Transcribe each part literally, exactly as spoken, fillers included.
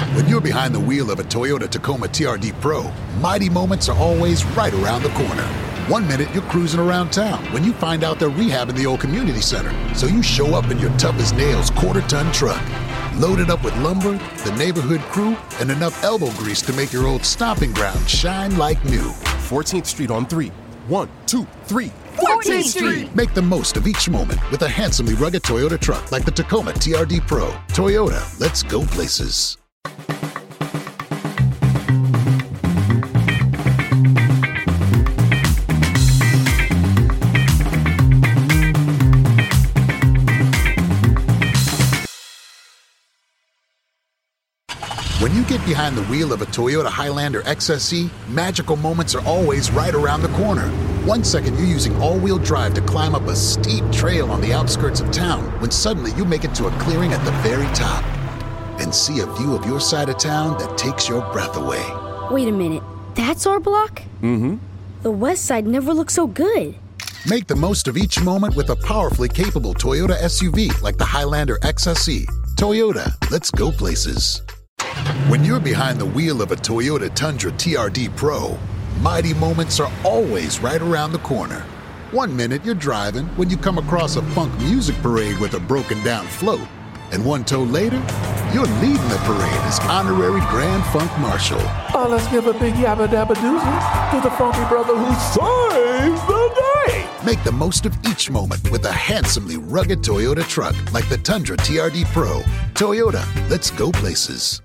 When you're behind the wheel of a Toyota Tacoma T R D Pro, mighty moments are always right around the corner. One minute you're cruising around town when you find out they're rehabbing the old community center. So you show up in your tough as nails quarter-ton truck, loaded up with lumber, the neighborhood crew, and enough elbow grease to make your old stomping ground shine like new. fourteenth Street on three. One, two, three. fourteenth Street! Make the most of each moment with a handsomely rugged Toyota truck like the Tacoma T R D Pro. Toyota, let's go places. When you get behind the wheel of a Toyota Highlander X S E, magical moments are always right around the corner. One second you're using all-wheel drive to climb up a steep trail on the outskirts of town, when suddenly you make it to a clearing at the very top and see a view of your side of town that takes your breath away. Wait a minute, that's our block? Mm-hmm. The west side never looked so good. Make the most of each moment with a powerfully capable Toyota S U V like the Highlander X S E. Toyota, let's go places. When you're behind the wheel of a Toyota Tundra T R D Pro, mighty moments are always right around the corner. One minute you're driving when you come across a funk music parade with a broken down float. And one tow later, you're leading the parade as honorary Grand Funk Marshal. Oh, let's give a big yabba dabba doozy to the funky brother who saves the day. Make the most of each moment with a handsomely rugged Toyota truck like the Tundra T R D Pro. Toyota, let's go places.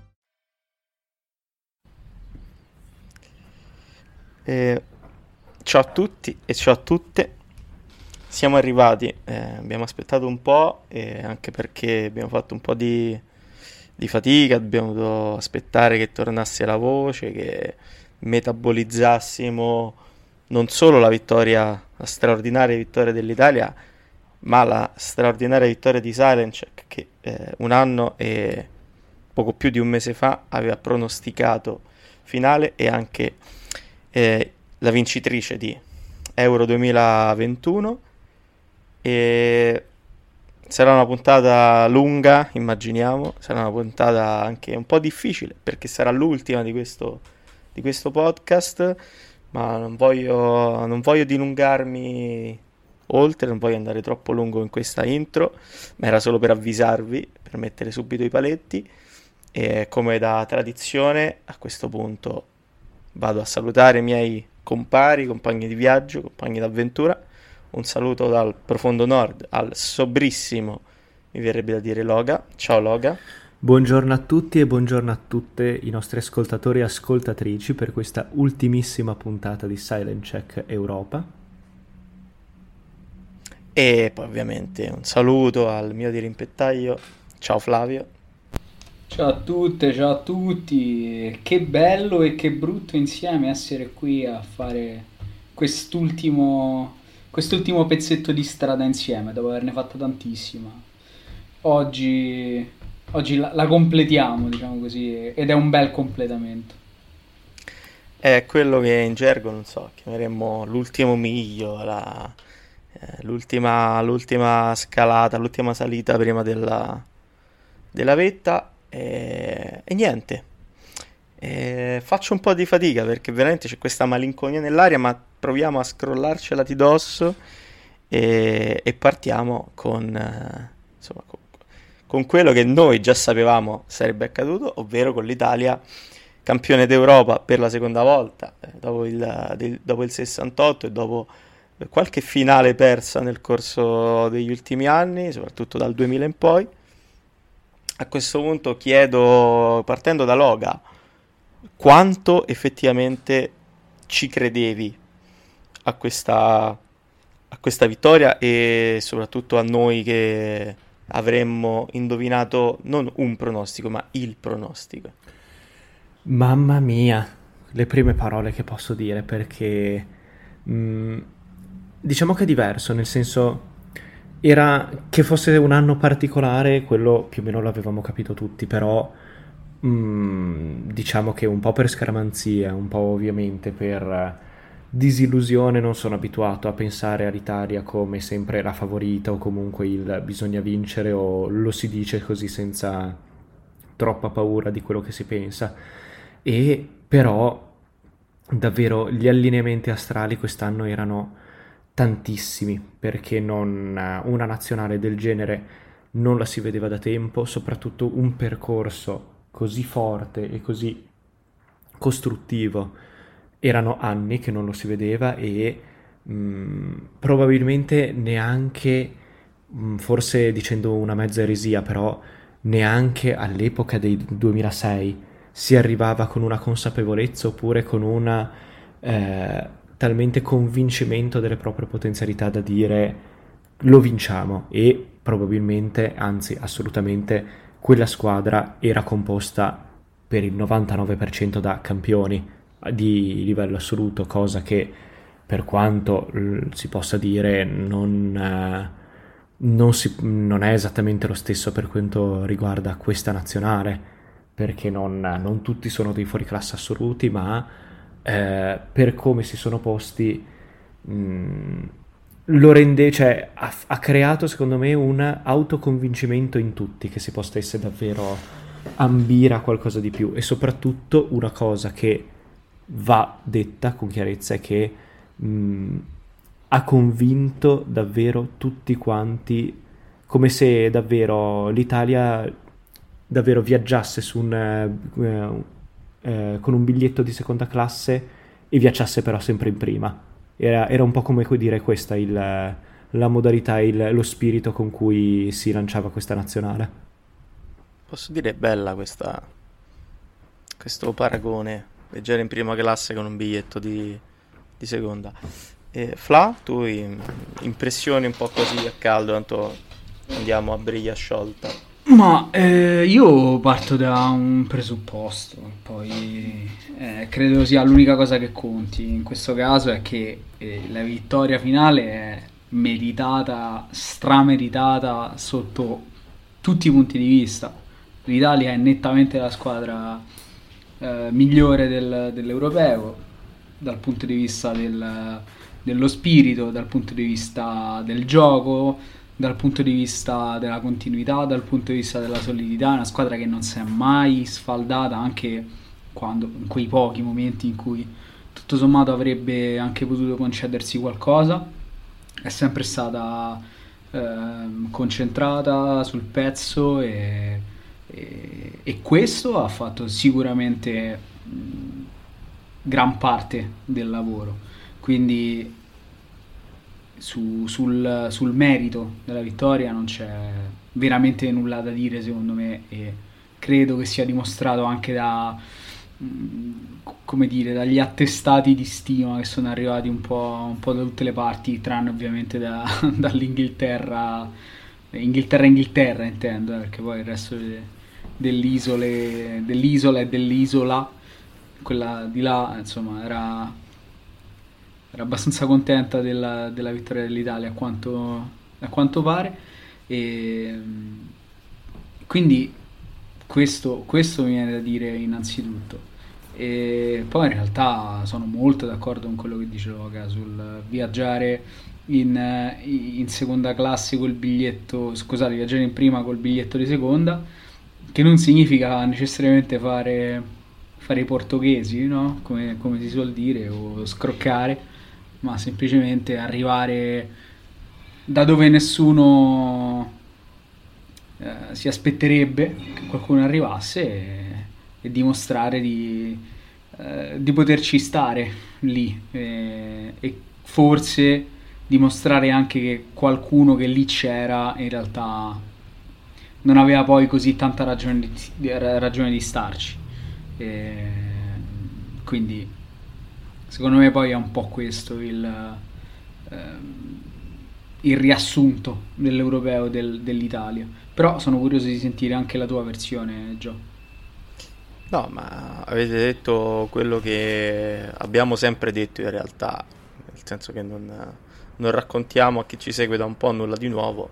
Eh, ciao a tutti e ciao a tutte, siamo arrivati, eh, abbiamo aspettato un po', eh, anche perché abbiamo fatto un po' di, di fatica, abbiamo dovuto aspettare che tornasse la voce, che metabolizzassimo non solo la vittoria, la straordinaria vittoria dell'Italia, ma la straordinaria vittoria di Silencheck, che eh, un anno e poco più di un mese fa aveva pronosticato finale e anche Eh, la vincitrice di Euro duemilaventuno. E sarà una puntata lunga, immaginiamo, sarà una puntata anche un po' difficile perché sarà l'ultima di questo, di questo podcast, ma non voglio, non voglio dilungarmi oltre, non voglio andare troppo lungo in questa intro, ma era solo per avvisarvi, per mettere subito i paletti. E come da tradizione a questo punto vado a salutare i miei compari, compagni di viaggio, compagni d'avventura. Un saluto dal profondo nord al sobrissimo, mi verrebbe da dire, Loga. Ciao Loga. Buongiorno a tutti e buongiorno a tutte i nostri ascoltatori e ascoltatrici per questa ultimissima puntata di Silencheck Europa. E poi ovviamente un saluto al mio dirimpettaio. Ciao Flavio. Ciao a tutte, ciao a tutti, che bello e che brutto insieme essere qui a fare quest'ultimo, quest'ultimo pezzetto di strada insieme, dopo averne fatta tantissima. Oggi, oggi la, la completiamo, diciamo così, ed è un bel completamento. È quello che in gergo, non so, chiameremmo l'ultimo miglio, la, eh, l'ultima, l'ultima scalata, l'ultima salita prima della, della vetta. E, e niente, e faccio un po' di fatica perché veramente c'è questa malinconia nell'aria, ma proviamo a scrollarcela di dosso e, e partiamo con, eh, insomma, con, con quello che noi già sapevamo sarebbe accaduto, ovvero con l'Italia campione d'Europa per la seconda volta, eh, dopo, il, del, dopo il sessantotto e dopo qualche finale persa nel corso degli ultimi anni, soprattutto dal duemila in poi. A questo punto chiedo, partendo da Loga, quanto effettivamente ci credevi a questa, a questa vittoria e soprattutto a noi che avremmo indovinato non un pronostico, ma il pronostico? Mamma mia, le prime parole che posso dire, perché mh, diciamo che è diverso, nel senso... Era che fosse un anno particolare, quello più o meno l'avevamo capito tutti, però mh, diciamo che un po' per scaramanzia, un po' ovviamente per disillusione non sono abituato a pensare all'Italia come sempre la favorita o comunque il bisogna vincere o lo si dice così senza troppa paura di quello che si pensa. E però davvero gli allineamenti astrali quest'anno erano tantissimi, perché non, una nazionale del genere non la si vedeva da tempo, soprattutto un percorso così forte e così costruttivo erano anni che non lo si vedeva, e mh, probabilmente neanche, mh, forse dicendo una mezza eresia, però neanche all'epoca del duemilasei si arrivava con una consapevolezza oppure con una eh, talmente convincimento delle proprie potenzialità da dire lo vinciamo. E probabilmente, anzi assolutamente, quella squadra era composta per il novantanove per cento da campioni di livello assoluto, cosa che, per quanto l- si possa dire, non, eh, non, si- non è esattamente lo stesso per quanto riguarda questa nazionale, perché non, non tutti sono dei fuoriclasse assoluti, ma eh, per come si sono posti mh, lo rende, cioè ha, ha creato secondo me un autoconvincimento in tutti che si potesse davvero ambire a qualcosa di più. E soprattutto una cosa che va detta con chiarezza è che mh, ha convinto davvero tutti quanti, come se davvero l'Italia davvero viaggiasse su un, eh, eh, con un biglietto di seconda classe e viaggiasse però sempre in prima. Era, era un po' come dire questa il, la modalità, il, lo spirito con cui si lanciava questa nazionale. Posso dire, è bella questa, questo paragone, viaggiare in prima classe con un biglietto di, di seconda. E Fla, tu in- impressioni un po' così a caldo, tanto andiamo a briglia sciolta. Ma eh, io parto da un presupposto, poi eh, credo sia l'unica cosa che conti in questo caso, è che eh, la vittoria finale è meritata, strameritata sotto tutti i punti di vista. L'Italia è nettamente la squadra eh, migliore del- dell'europeo, dal punto di vista del- dello spirito, dal punto di vista del gioco, dal punto di vista della continuità, dal punto di vista della solidità. È una squadra che non si è mai sfaldata, anche quando, in quei pochi momenti in cui tutto sommato avrebbe anche potuto concedersi qualcosa. È sempre stata ehm, concentrata sul pezzo, e, e- e questo ha fatto sicuramente mh, gran parte del lavoro. Quindi su- sul, sul merito della vittoria non c'è veramente nulla da dire, secondo me, e credo che sia dimostrato anche da, mh, come dire, dagli attestati di stima che sono arrivati un po', un po' da tutte le parti, tranne ovviamente da- dall'Inghilterra, Inghilterra Inghilterra intendo, eh, perché poi il resto de- dell'isole, dell'isola e dell'isola, quella di là, insomma, era era abbastanza contenta della, della vittoria dell'Italia, a quanto, a quanto pare. E quindi questo, questo mi viene da dire innanzitutto. E poi in realtà sono molto d'accordo con quello che dice Loga sul viaggiare in, eh, in seconda classe col biglietto, scusate, viaggiare in prima col biglietto di seconda, che non significa necessariamente fare, fare i portoghesi, no? Come, come si suol dire, o scroccare, ma semplicemente arrivare da dove nessuno eh, si aspetterebbe che qualcuno arrivasse, e, e dimostrare di, eh, di poterci stare lì, e, e forse dimostrare anche che qualcuno che lì c'era in realtà non aveva poi così tanta ragione di, di- ragione di starci. E quindi secondo me poi è un po' questo il, ehm, il riassunto dell'europeo del- dell'Italia. Però sono curioso di sentire anche la tua versione, Gio. No, ma avete detto quello che abbiamo sempre detto in realtà, nel senso che non, non raccontiamo a chi ci segue da un po' nulla di nuovo,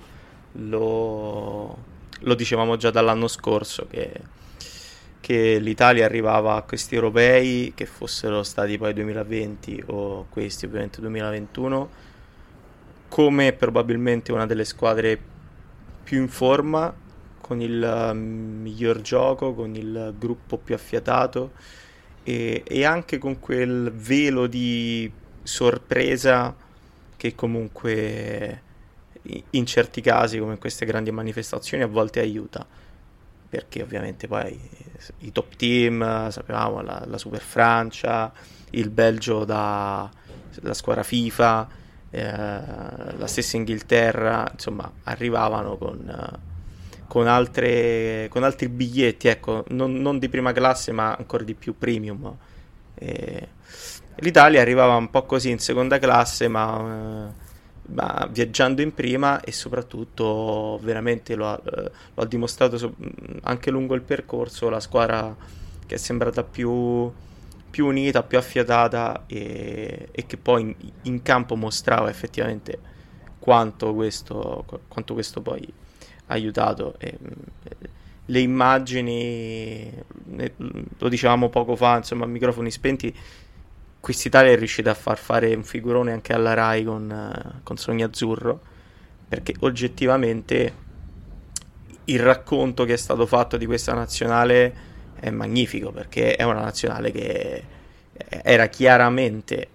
lo, lo dicevamo già dall'anno scorso che, che l'Italia arrivava a questi europei, che fossero stati poi duemilaventi o questi ovviamente duemilaventuno, come probabilmente una delle squadre più in forma, con il uh, miglior gioco, con il gruppo più affiatato e, e anche con quel velo di sorpresa che comunque in certi casi, come in queste grandi manifestazioni, a volte aiuta, perché ovviamente poi i top team, sapevamo, la, la Super Francia, il Belgio da la squadra FIFA, eh, la stessa Inghilterra, insomma, arrivavano con, con, altre, con altri biglietti, ecco, non, non di prima classe, ma ancora di più premium. E l'Italia arrivava un po' così in seconda classe, ma, ma viaggiando in prima, e soprattutto veramente lo ha, lo ha dimostrato so, anche lungo il percorso, la squadra che è sembrata più, più unita, più affiatata, e, e che poi in, in campo mostrava effettivamente quanto questo, quanto questo poi ha aiutato. E, le immagini, lo dicevamo poco fa, insomma, a microfoni spenti, quest'Italia è riuscita a far fare un figurone anche alla Rai con, con Sogno Azzurro, perché oggettivamente il racconto che è stato fatto di questa nazionale è magnifico, perché è una nazionale che era chiaramente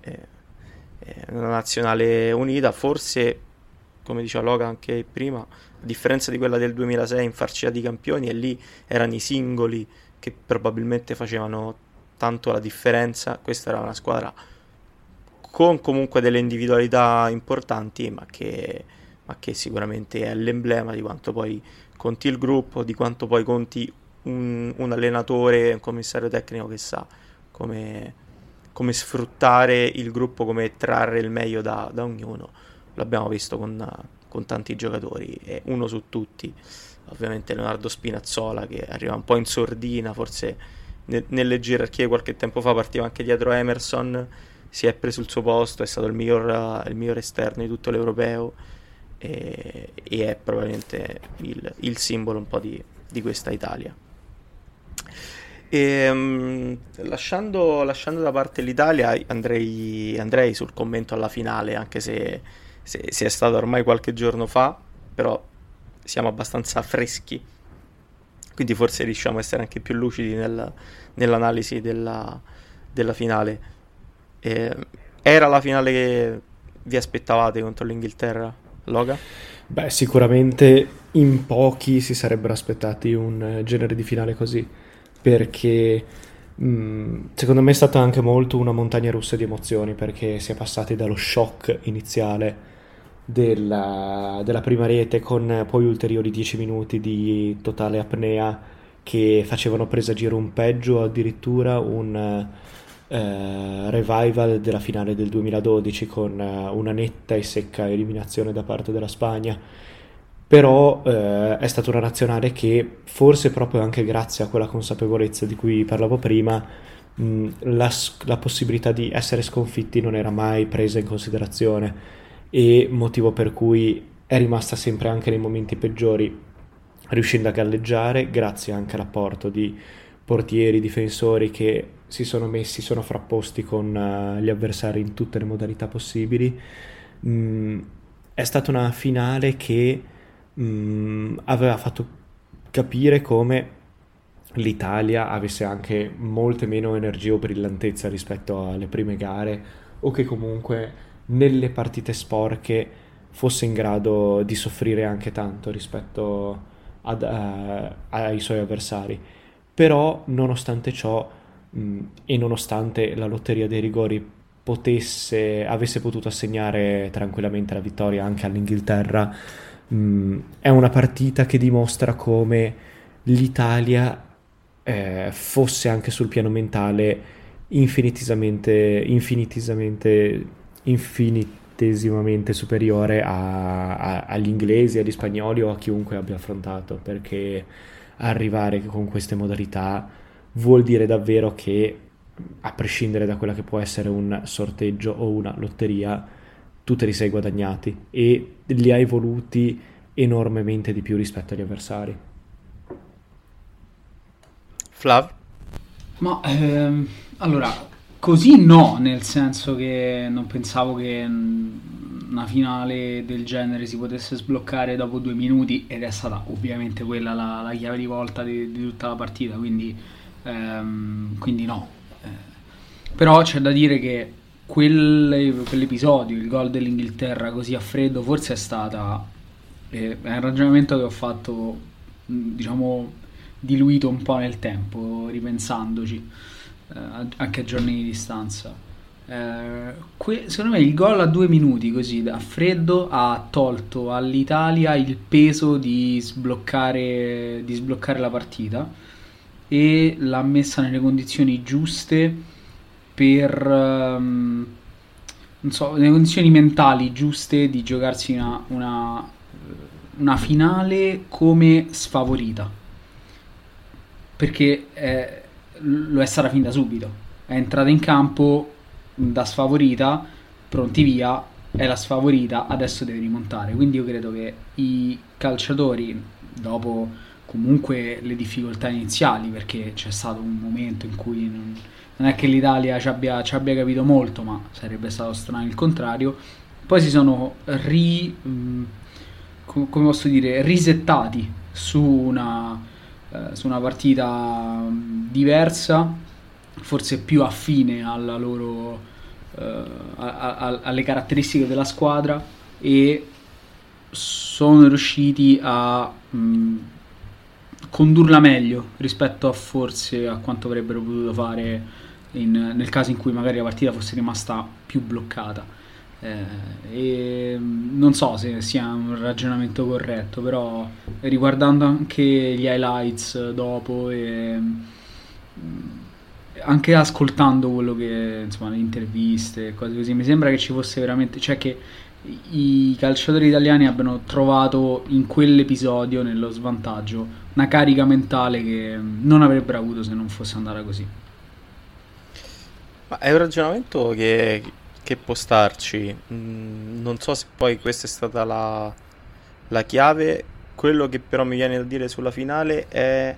una nazionale unita, forse, come diceva Loga anche prima, a differenza di quella del duemilasei in farcita di campioni, e lì erano i singoli che probabilmente facevano tanto la differenza. Questa era una squadra con comunque delle individualità importanti, ma che, ma che sicuramente è l'emblema di quanto poi conti il gruppo, di quanto poi conti un, un allenatore, un commissario tecnico che sa come, come sfruttare il gruppo, come trarre il meglio da, da ognuno. L'abbiamo visto con, con tanti giocatori, e uno su tutti ovviamente Leonardo Spinazzola, che arriva un po' in sordina, forse nelle gerarchie qualche tempo fa partiva anche dietro Emerson, si è preso il suo posto, è stato il miglior, il miglior esterno di tutto l'europeo, e, e è probabilmente il, il simbolo un po' di, di questa Italia. E, um, lasciando, lasciando da parte l'Italia, andrei, andrei sul commento alla finale, anche se, se, se è stato ormai qualche giorno fa, però siamo abbastanza freschi, quindi forse riusciamo a essere anche più lucidi nel, nell'analisi della, della finale. Eh, era la finale che vi aspettavate contro l'Inghilterra, Loga? Beh, sicuramente in pochi si sarebbero aspettati un genere di finale così, perché mh, secondo me è stata anche molto una montagna russa di emozioni, perché si è passati dallo shock iniziale della, della prima rete, con poi ulteriori dieci minuti di totale apnea che facevano presagire un peggio, addirittura un eh, revival della finale del duemiladodici, con eh, una netta e secca eliminazione da parte della Spagna. Però eh, è stata una nazionale che, forse proprio anche grazie a quella consapevolezza di cui parlavo prima, mh, la, la possibilità di essere sconfitti non era mai presa in considerazione, e motivo per cui è rimasta sempre, anche nei momenti peggiori, riuscendo a galleggiare grazie anche all'apporto di portieri, difensori che si sono messi, sono frapposti con uh, gli avversari in tutte le modalità possibili. Mm, è stata una finale che mm, aveva fatto capire come l'Italia avesse anche molte meno energie o brillantezza rispetto alle prime gare, o che comunque nelle partite sporche fosse in grado di soffrire anche tanto rispetto ad, uh, ai suoi avversari. Però nonostante ciò mh, e nonostante la lotteria dei rigori potesse, avesse potuto assegnare tranquillamente la vittoria anche all'Inghilterra, mh, è una partita che dimostra come l'Italia eh, fosse anche sul piano mentale infinitisamente infinitisamente infinitesimamente superiore a, a, agli inglesi, agli spagnoli o a chiunque abbia affrontato, perché arrivare con queste modalità vuol dire davvero che, a prescindere da quella che può essere un sorteggio o una lotteria, tu te li sei guadagnati e li hai voluti enormemente di più rispetto agli avversari. Flav? Ma ehm, allora, così no, nel senso che non pensavo che mh, una finale del genere si potesse sbloccare dopo due minuti, ed è stata ovviamente quella la, la chiave di volta di, di tutta la partita, quindi, ehm, quindi no. Eh, però c'è da dire che quelle, quell'episodio, il gol dell'Inghilterra così a freddo, forse è stata eh, è un ragionamento che ho fatto, diciamo, diluito un po' nel tempo, ripensandoci, eh, anche a giorni di distanza. Eh, que- secondo me il gol a due minuti così a freddo ha tolto all'Italia il peso di sbloccare, di sbloccare la partita, e l'ha messa nelle condizioni giuste per um, non so, nelle condizioni mentali giuste di giocarsi una, una, una finale come sfavorita, perché eh, lo è stata fin da subito, è entrata in campo da sfavorita, pronti via, è la sfavorita, adesso deve rimontare. Quindi io credo che i calciatori, dopo comunque le difficoltà iniziali, perché c'è stato un momento in cui non, non è che l'Italia ci abbia, ci abbia capito molto, ma sarebbe stato strano il contrario, poi si sono ri, mh, come posso dire, risettati su una, eh, su una partita diversa, forse più affine alla loro uh, a, a, alle caratteristiche della squadra, e sono riusciti a mh, condurla meglio rispetto a forse a quanto avrebbero potuto fare in, nel caso in cui magari la partita fosse rimasta più bloccata. Eh, e non so se sia un ragionamento corretto, però riguardando anche gli highlights dopo e anche ascoltando quello che, insomma, le interviste e cose così, mi sembra che ci fosse veramente, cioè che i calciatori italiani abbiano trovato in quell'episodio, nello svantaggio, una carica mentale che non avrebbero avuto se non fosse andata così. Ma è un ragionamento che, che può starci. Mm, non so se poi questa è stata la, la chiave. Quello che però mi viene da dire sulla finale è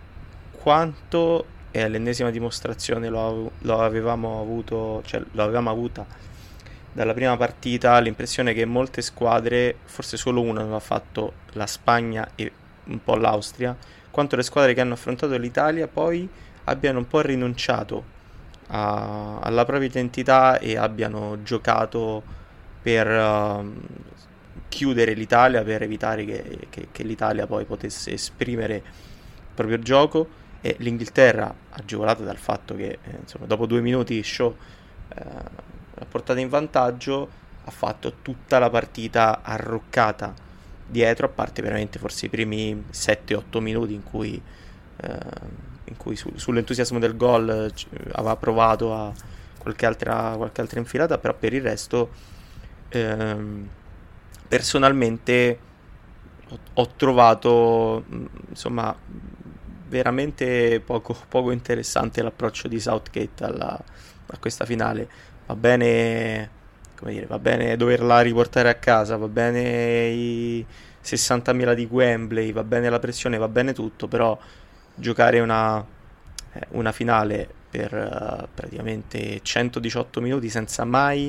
quanto, e all'ennesima dimostrazione lo, lo avevamo avuto, cioè lo avevamo avuta dalla prima partita, l'impressione che molte squadre, forse solo una non l'ha fatto, la Spagna e un po' l'Austria, quanto le squadre che hanno affrontato l'Italia poi abbiano un po' rinunciato a, alla propria identità e abbiano giocato per uh, chiudere l'Italia, per evitare che, che, che l'Italia poi potesse esprimere il proprio gioco. E l'Inghilterra, agevolata dal fatto che eh, insomma, dopo due minuti show eh, l'ha portata in vantaggio, ha fatto tutta la partita arroccata dietro, a parte veramente forse i primi sette otto minuti in cui, eh, in cui su, sull'entusiasmo del gol eh, aveva provato a qualche altra, qualche altra infilata, però per il resto ehm, personalmente ho, ho trovato insomma veramente poco, poco interessante l'approccio di Southgate alla, a questa finale. Va bene, come dire, va bene doverla riportare a casa, va bene i sessantamila di Wembley, va bene la pressione, va bene tutto, però giocare una, eh, una finale per uh, praticamente centodiciotto minuti senza mai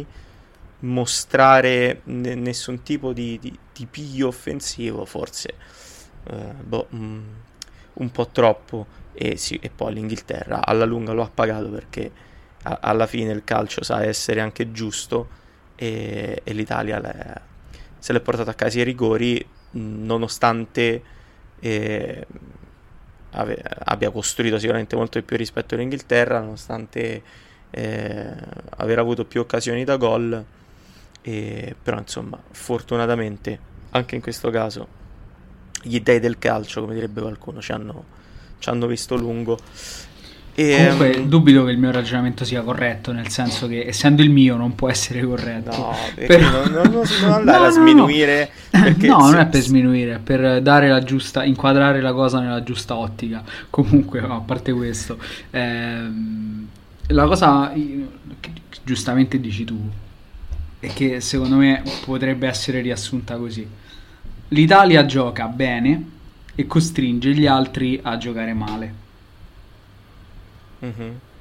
mostrare ne- nessun tipo di, di, di piglio offensivo, forse uh, boh, mh, un po' troppo. E, sì, e poi l'Inghilterra alla lunga lo ha pagato, perché a- alla fine il calcio sa essere anche giusto, e, e l'Italia le, se l'è portata a casa ai rigori, mh, nonostante eh, ave- abbia costruito sicuramente molto di più rispetto all'Inghilterra, nonostante eh, aver avuto più occasioni da gol, e, però insomma fortunatamente anche in questo caso gli dei del calcio, come direbbe qualcuno, ci hanno, ci hanno visto lungo. E, Comunque um, dubito che il mio ragionamento sia corretto, nel senso che essendo il mio non può essere corretto. no, perché Però- non, non, non si può andare No, a no, sminuire, no. perché No, se- non è per sminuire, è per dare la giusta, inquadrare la cosa nella giusta ottica. Comunque, no, a parte questo, ehm, la cosa che giustamente dici tu, e che secondo me potrebbe essere riassunta così: l'Italia gioca bene e costringe gli altri a giocare male. Mhm.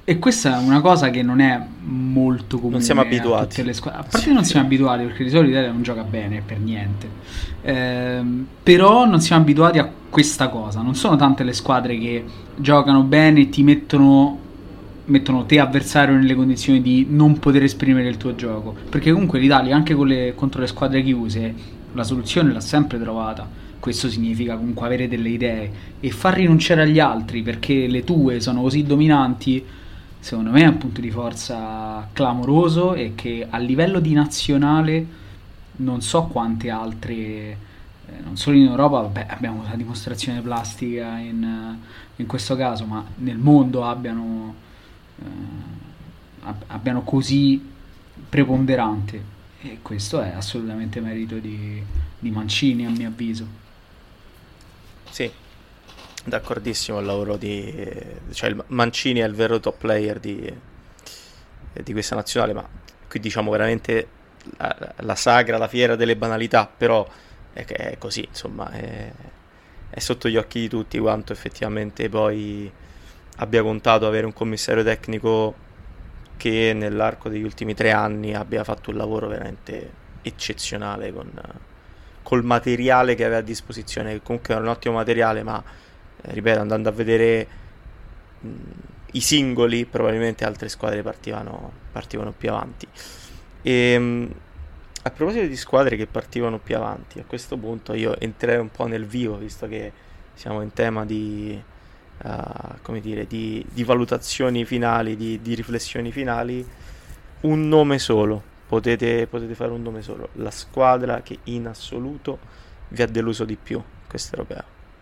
E questa è una cosa che non è molto comune. Non siamo a abituati. tutte le squadre. A parte che non siamo abituati, perché di solito l'Italia non gioca bene per niente. Ehm, però non siamo abituati a questa cosa. Non sono tante le squadre che giocano bene e ti mettono mettono te avversario nelle condizioni di non poter esprimere il tuo gioco. Perché comunque l'Italia, anche con le, contro le squadre chiuse, la soluzione l'ha sempre trovata. Questo significa comunque avere delle idee e far rinunciare agli altri perché le tue sono così dominanti. Secondo me è un punto di forza clamoroso e che a livello di nazionale non so quante altre, eh, non solo in Europa, vabbè, abbiamo la dimostrazione plastica in, in questo caso, ma nel mondo abbiano, eh, abbiano così preponderante, e questo è assolutamente merito di, di Mancini, a mio avviso. Sì, d'accordissimo, il lavoro di... cioè il Mancini è il vero top player di, di questa nazionale, ma qui diciamo veramente la, la sagra, la fiera delle banalità, però è, è così, insomma, è, è sotto gli occhi di tutti quanto effettivamente poi abbia contato avere un commissario tecnico che nell'arco degli ultimi tre anni abbia fatto un lavoro veramente eccezionale con, col materiale che aveva a disposizione, che comunque era un ottimo materiale, ma eh, ripeto, andando a vedere mh, i singoli, probabilmente altre squadre partivano, partivano più avanti. E mh, a proposito di squadre che partivano più avanti, a questo punto io entrerei un po' nel vivo, visto che siamo in tema di uh, come dire, di, di valutazioni finali, di, di riflessioni finali. Un nome solo, potete, potete fare un nome solo, la squadra che in assoluto vi ha deluso di più questo europeo.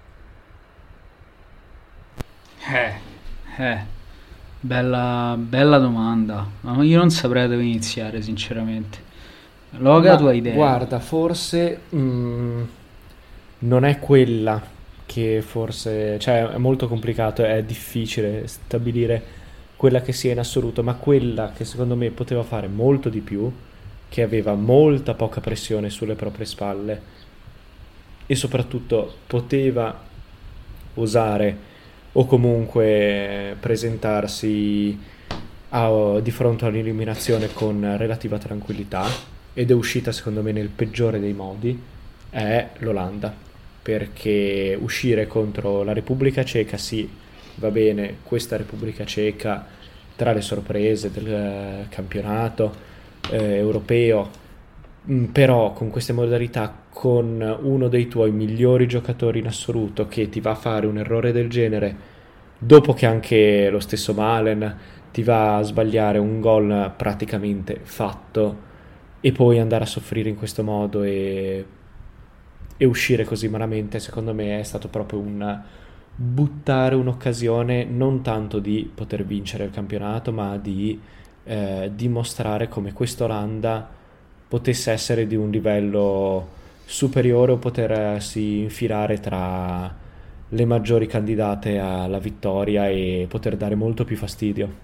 Eh, eh, bella, bella domanda, ma io non saprei dove iniziare sinceramente. Loga, Ma tu hai idea? guarda, forse mh, non è quella che forse, cioè è molto complicato, è difficile stabilire quella che sia in assoluto, ma quella che secondo me poteva fare molto di più, che aveva molta poca pressione sulle proprie spalle e soprattutto poteva osare o comunque presentarsi a, di fronte all'eliminazione con relativa tranquillità, ed è uscita secondo me nel peggiore dei modi, è l'Olanda, perché uscire contro la Repubblica Ceca, sì, va bene, questa Repubblica Ceca tra le sorprese del eh, campionato eh, europeo, mh, però con queste modalità, con uno dei tuoi migliori giocatori in assoluto che ti va a fare un errore del genere, dopo che anche lo stesso Malen ti va a sbagliare un gol praticamente fatto, e poi andare a soffrire in questo modo e, e uscire così malamente, secondo me è stato proprio un buttare un'occasione non tanto di poter vincere il campionato, ma di eh, dimostrare come questa Olanda potesse essere di un livello superiore o potersi infilare tra le maggiori candidate alla vittoria e poter dare molto più fastidio.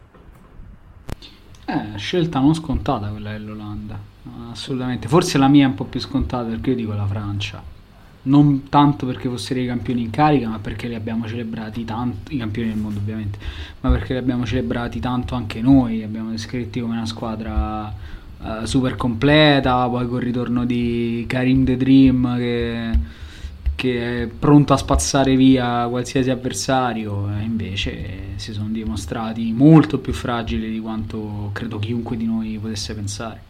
Eh, scelta non scontata quella dell'Olanda, no, assolutamente. Forse la mia è un po' più scontata, perché io dico la Francia. Non tanto perché fossero i campioni in carica, ma perché li abbiamo celebrati tanto, i campioni del mondo ovviamente, ma perché li abbiamo celebrati tanto anche noi, li abbiamo descritti come una squadra uh, super completa, poi col ritorno di Karim The Dream che, che è pronto a spazzare via qualsiasi avversario, e invece si sono dimostrati molto più fragili di quanto credo chiunque di noi potesse pensare.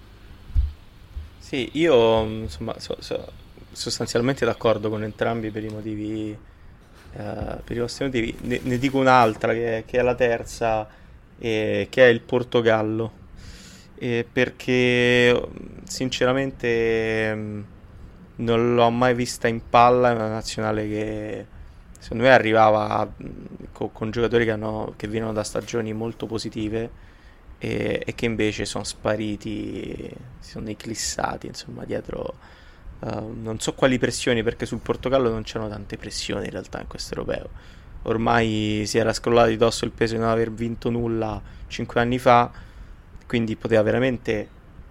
Sì, io insomma so, so, sostanzialmente d'accordo con entrambi per i motivi, eh, per i vostri motivi. Ne, ne dico un'altra che, che è la terza, eh, che è il Portogallo, eh, perché sinceramente mh, non l'ho mai vista in palla, è una nazionale che secondo me arrivava mh, con, con giocatori che, hanno, che vengono da stagioni molto positive, e, e che invece sono spariti, si sono eclissati insomma dietro uh, non so quali pressioni, perché sul Portogallo non c'erano tante pressioni in realtà in questo europeo. Ormai si era scrollato di dosso il peso di non aver vinto nulla cinque anni fa, quindi poteva veramente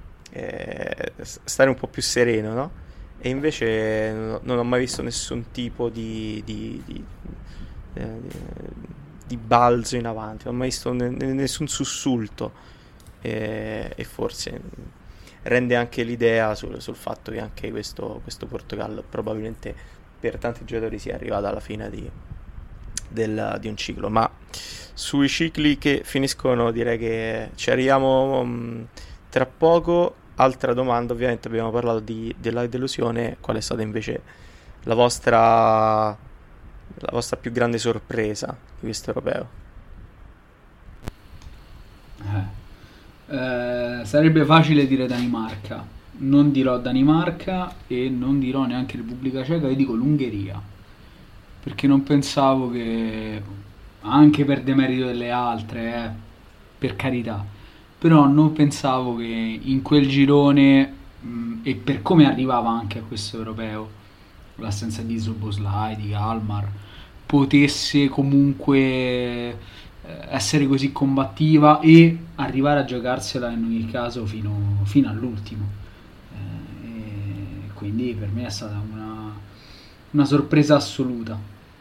eh, stare un po' più sereno, no? E invece non ho mai visto nessun tipo di, di, di, eh, di balzo in avanti, non ho mai visto ne- ne- nessun sussulto, e, e forse rende anche l'idea sul, sul fatto che anche questo, questo Portogallo probabilmente per tanti giocatori sia arrivato alla fine di, del, di un ciclo. Ma sui cicli che finiscono direi che ci arriviamo um, tra poco. Altra domanda, ovviamente abbiamo parlato di, della delusione, qual è stata invece la vostra la vostra più grande sorpresa di questo europeo? Eh, eh, sarebbe facile dire Danimarca, non dirò Danimarca e non dirò neanche Repubblica Ceca, io dico l'Ungheria, perché non pensavo che, anche per demerito delle altre, eh, per carità, però non pensavo che in quel girone, mh, e per come arrivava anche a questo europeo, l'assenza di Szoboszlai, di Kalmar, potesse comunque eh, essere così combattiva e arrivare a giocarsela in ogni caso fino, fino all'ultimo. Eh, e quindi per me è stata una, una sorpresa assoluta.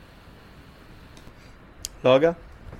Loga?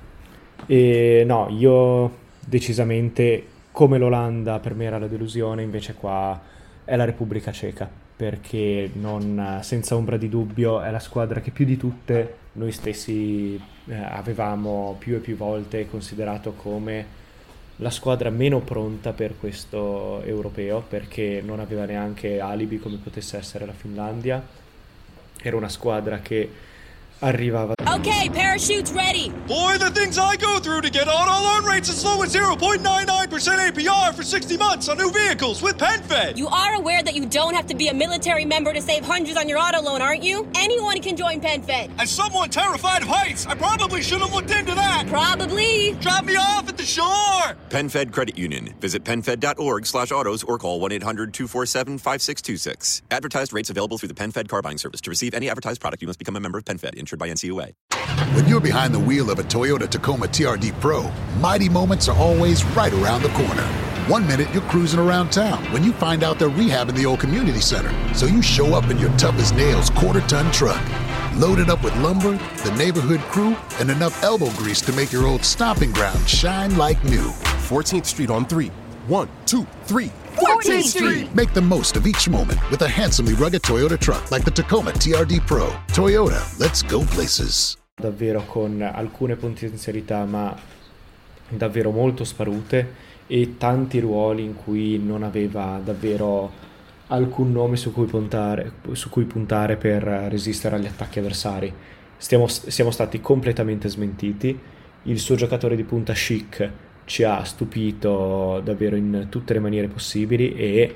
E no, io decisamente, come l'Olanda per me era la delusione, invece qua è la Repubblica Ceca, perché non, senza ombra di dubbio è la squadra che più di tutte noi stessi eh, avevamo più e più volte considerato come la squadra meno pronta per questo europeo, perché non aveva neanche alibi come potesse essere la Finlandia. Era una squadra che arrivava. Okay, parachutes ready. Boy, the things I go through to get auto loan rates as low as zero point nine nine percent A P R for sixty months on new vehicles with PenFed. You are aware that you don't have to be a military member to save hundreds on your auto loan, aren't you? Anyone can join PenFed. As someone terrified of heights, I probably should have looked into that. Probably. Drop me off at the shore. PenFed Credit Union. Visit penfed.org slash autos or call one eight hundred two four seven five six two six. Advertised rates available through the PenFed car buying service. To receive any advertised product, you must become a member of PenFed, insured by N C U A. When you're behind the wheel of a Toyota Tacoma T R D Pro, mighty moments are always right around the corner. One minute you're cruising around town when you find out they're rehabbing the old community center. So you show up in your tough as nails quarter-ton truck, loaded up with lumber, the neighborhood crew, and enough elbow grease to make your old stomping ground shine like new. fourteenth Street on three. One, two, three. fourteenth Street. Make the most of each moment with a handsomely rugged Toyota truck like the Tacoma T R D Pro. Toyota, let's go places. Davvero con alcune potenzialità, ma davvero molto sparute, e tanti ruoli in cui non aveva davvero alcun nome su cui puntare, su cui puntare per resistere agli attacchi avversari. Stiamo, siamo stati completamente smentiti. Il suo giocatore di punta Schick ci ha stupito davvero in tutte le maniere possibili e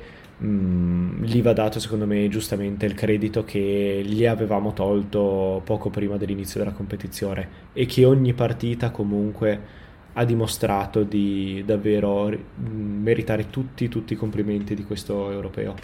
mm, gli va dato secondo me giustamente il credito che gli avevamo tolto poco prima dell'inizio della competizione, e che ogni partita comunque ha dimostrato di davvero mm, meritare tutti, tutti i complimenti di questo europeo.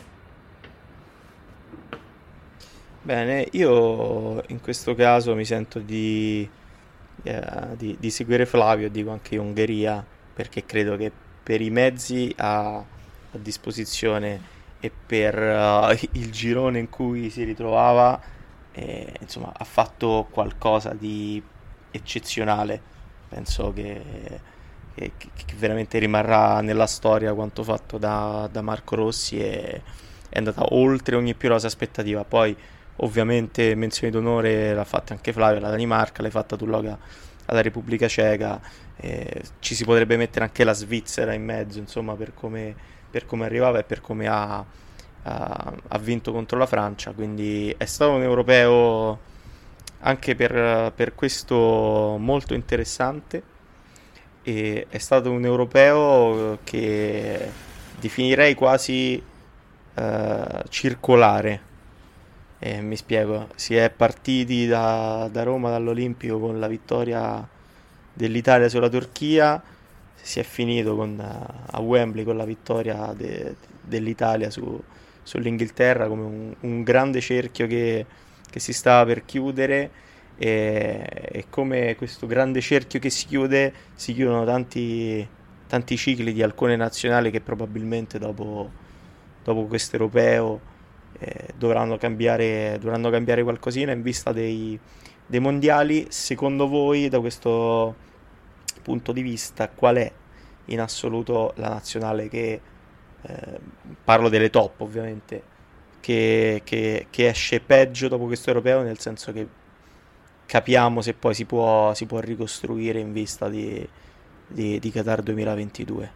Bene, io in questo caso mi sento di, eh, di, di seguire Flavio, dico anche Ungheria, perché credo che per i mezzi a, a disposizione e per uh, il girone in cui si ritrovava, eh, insomma, ha fatto qualcosa di eccezionale. Penso che, che, che veramente rimarrà nella storia quanto fatto da, da Marco Rossi, e è andata oltre ogni più rosa aspettativa. Poi ovviamente menzione d'onore l'ha fatta anche Flavio, la Danimarca, l'hai fatta tu Loga, alla Repubblica Ceca, eh, ci si potrebbe mettere anche la Svizzera in mezzo, insomma, per come, per come arrivava e per come ha, ha, ha vinto contro la Francia. Quindi è stato un europeo anche per, per questo molto interessante, e è stato un europeo che definirei quasi eh, circolare. Eh, mi spiego, si è partiti da, da Roma, dall'Olimpico, con la vittoria dell'Italia sulla Turchia, si è finito con, a Wembley con la vittoria de, dell'Italia su, sull'Inghilterra, come un, un grande cerchio che, che si stava per chiudere, e, e come questo grande cerchio che si chiude, si chiudono tanti, tanti cicli di alcune nazionali che probabilmente dopo, dopo questo europeo Eh, dovranno cambiare dovranno cambiare qualcosina in vista dei, dei mondiali, secondo voi, da questo punto di vista, qual è in assoluto la nazionale che, eh, parlo delle top ovviamente, che, che, che esce peggio dopo questo europeo, nel senso che capiamo se poi si può, si può ricostruire in vista di, di, di Qatar duemilaventidue?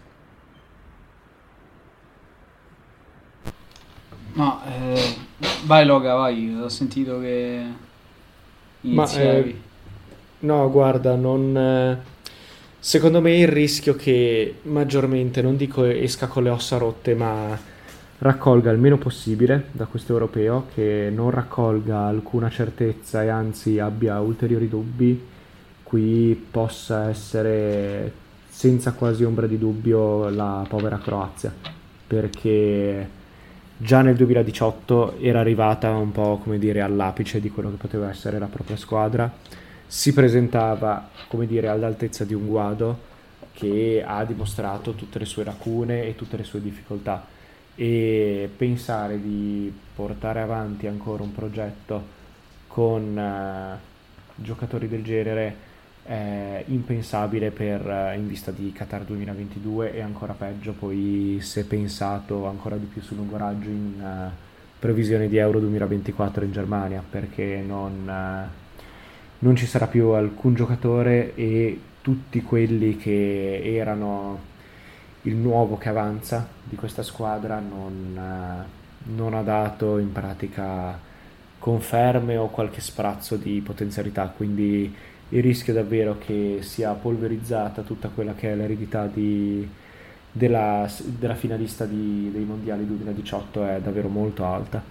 No, eh, vai Loga, vai, ho sentito che iniziavi. Ma, eh, no, guarda, non... eh, secondo me il rischio che maggiormente, non dico esca con le ossa rotte, ma raccolga il meno possibile da questo europeo, che non raccolga alcuna certezza e anzi abbia ulteriori dubbi, qui possa essere senza quasi ombra di dubbio la povera Croazia, perché già nel duemiladiciotto era arrivata un po', come dire, all'apice di quello che poteva essere la propria squadra, si presentava, come dire, all'altezza di un guado che ha dimostrato tutte le sue lacune e tutte le sue difficoltà, e pensare di portare avanti ancora un progetto con eh, giocatori del genere è impensabile per, eh, in vista di Qatar duemilaventidue, e ancora peggio poi se pensato ancora di più sul lungo raggio in eh, previsione di Euro duemilaventiquattro in Germania, perché non, eh, non ci sarà più alcun giocatore e tutti quelli che erano il nuovo che avanza di questa squadra non, eh, non ha dato in pratica conferme o qualche sprazzo di potenzialità, quindi il rischio è davvero che sia polverizzata tutta quella che è l'eredità di, della, della finalista di, dei mondiali duemiladiciotto è davvero molto alta.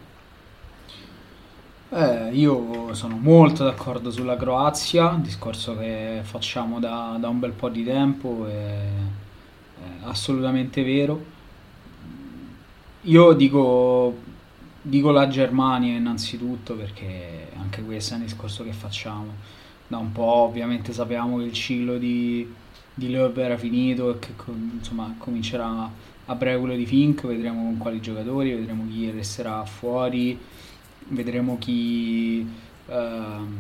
Eh, io sono molto d'accordo sulla Croazia, discorso che facciamo da, da un bel po' di tempo, è, è assolutamente vero. Io dico, dico la Germania innanzitutto, perché anche questo è un discorso che facciamo da un po'. Ovviamente sappiamo che il ciclo di, di Löw era finito e che insomma comincerà a breve quello di Fink, vedremo con quali giocatori, vedremo chi resterà fuori, vedremo chi ehm,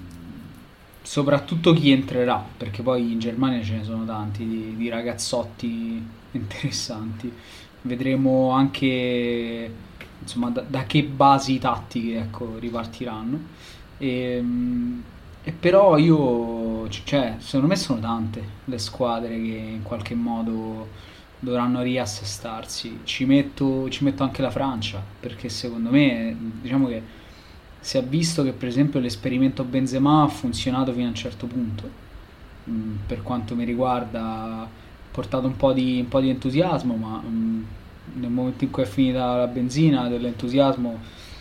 soprattutto chi entrerà, perché poi in Germania ce ne sono tanti di, di ragazzotti interessanti, vedremo anche insomma da, da che basi tattiche, ecco, ripartiranno. E, e però io, cioè, secondo me sono tante le squadre che in qualche modo dovranno riassestarsi. Ci metto, ci metto anche la Francia, perché secondo me, diciamo che si è visto che per esempio l'esperimento Benzema ha funzionato fino a un certo punto. Mm, per quanto mi riguarda ha portato un po' di, un po' di entusiasmo, ma mm, nel momento in cui è finita la benzina dell'entusiasmo,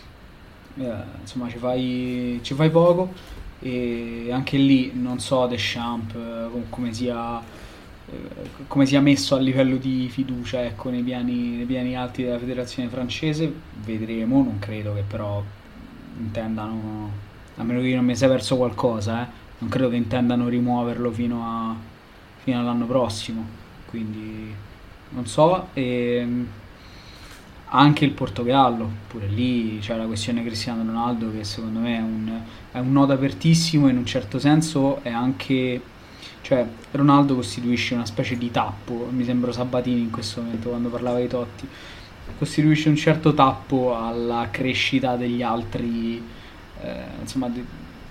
eh, insomma ci fai, ci fai poco. E anche lì non so Deschamps eh, come sia eh, come sia messo a livello di fiducia, ecco, nei piani, nei piani alti della federazione francese. Vedremo, non credo che però intendano, a meno che non mi sia perso qualcosa, eh, non credo che intendano rimuoverlo fino a fino all'anno prossimo, quindi non so. E anche il Portogallo, pure lì c'è la questione Cristiano Ronaldo, che secondo me è un, è un nodo apertissimo, in un certo senso è anche, cioè Ronaldo costituisce una specie di tappo, mi sembra Sabatini in questo momento quando parlava di Totti, costituisce un certo tappo alla crescita degli altri, eh, insomma de,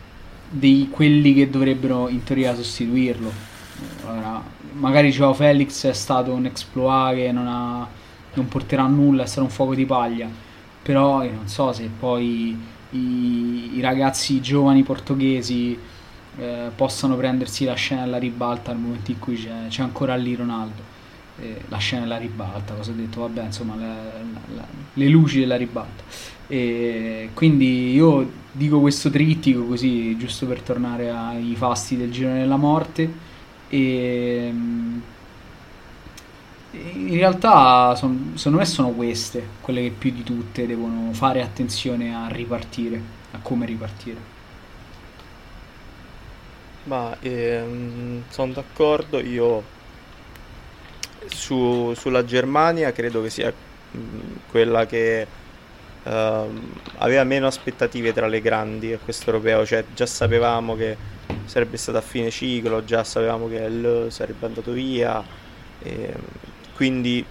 dei quelli che dovrebbero in teoria sostituirlo. Allora, magari Joao Felix è stato un exploit che non ha non porterà a nulla, sarà un fuoco di paglia, però io non so se poi i, i ragazzi giovani portoghesi eh, possano prendersi la scena alla ribalta nel momento in cui c'è, c'è ancora lì Ronaldo. Eh, la scena alla ribalta, cosa ho detto? Vabbè, insomma, la, la, la, le luci della ribalta. E quindi io dico questo trittico così, giusto per tornare ai fasti del girone della morte. E in realtà son, secondo me sono queste quelle che più di tutte devono fare attenzione a ripartire, a come ripartire. Ma ehm, sono d'accordo. Io su, sulla Germania credo che sia mh, quella che ehm, aveva meno aspettative tra le grandi a questo europeo, cioè già sapevamo che sarebbe stato a fine ciclo, già sapevamo che L sarebbe andato via, e quindi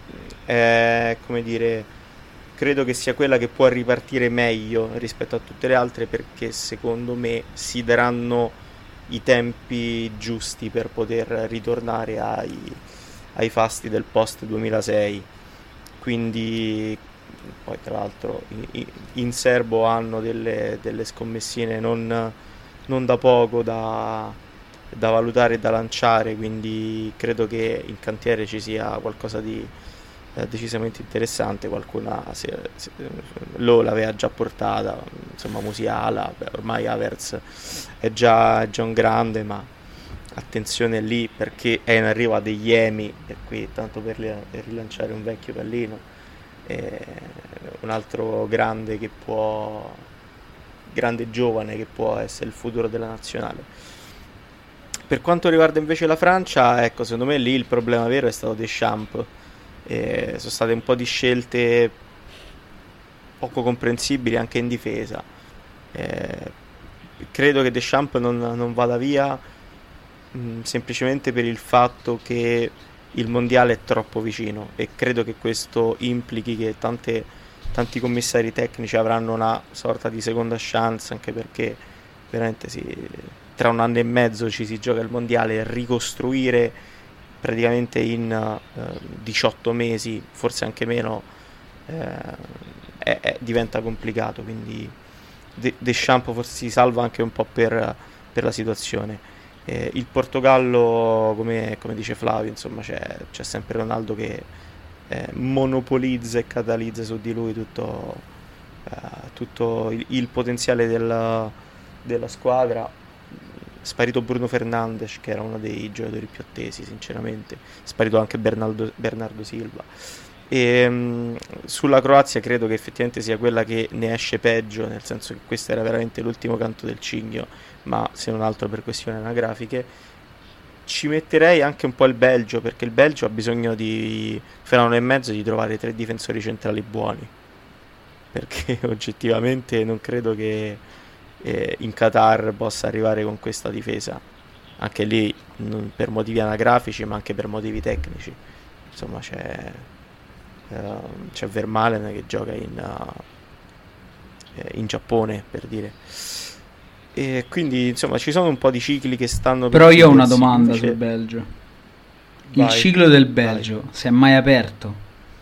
è, come dire, credo che sia quella che può ripartire meglio rispetto a tutte le altre, perché secondo me si daranno i tempi giusti per poter ritornare ai, ai fasti del post duemilasei. Quindi poi tra l'altro in, in serbo hanno delle, delle scommessine non, non da poco da, da valutare e da lanciare, quindi credo che in cantiere ci sia qualcosa di eh, decisamente interessante. Qualcuna se, se, lo l'aveva già portata, insomma Musiala, beh, ormai Havertz è già, è già un grande, ma attenzione lì perché è in arrivo a degli Emi, e qui tanto per, li, per rilanciare un vecchio pallino, eh, un altro grande che può, grande giovane che può essere il futuro della nazionale. Per quanto riguarda invece la Francia, ecco, secondo me lì il problema vero è stato Deschamps. Eh, sono state un po' di scelte poco comprensibili anche in difesa. Eh, credo che Deschamps non, non vada via mh, semplicemente per il fatto che il mondiale è troppo vicino, e credo che questo implichi che tante, tanti commissari tecnici avranno una sorta di seconda chance, anche perché veramente si, tra un anno e mezzo ci si gioca il mondiale, e ricostruire praticamente in uh, diciotto mesi, forse anche meno, eh, è, è, diventa complicato, quindi De- Deschamps forse si salva anche un po' per, per la situazione. Eh, il Portogallo, come, come dice Flavio, insomma c'è, c'è sempre Ronaldo che eh, monopolizza e catalizza su di lui tutto, eh, tutto il, il potenziale della, della squadra. Sparito Bruno Fernandes, che era uno dei giocatori più attesi sinceramente, sparito anche Bernardo, Bernardo Silva. E, um, sulla Croazia credo che effettivamente sia quella che ne esce peggio, nel senso che questo era veramente l'ultimo canto del cigno, ma se non altro per questioni anagrafiche. Ci metterei anche un po' il Belgio, perché il Belgio ha bisogno di fra un anno e mezzo di trovare tre difensori centrali buoni, perché oggettivamente non credo che eh, in Qatar possa arrivare con questa difesa, anche lì non per motivi anagrafici ma anche per motivi tecnici. Insomma c'è uh, c'è Vermaelen che gioca in, uh, in Giappone, per dire, e quindi insomma ci sono un po' di cicli che stanno però per io ho una chiudersi, domanda invece... sul Belgio. Vai, il ciclo del Belgio vai. si è mai aperto?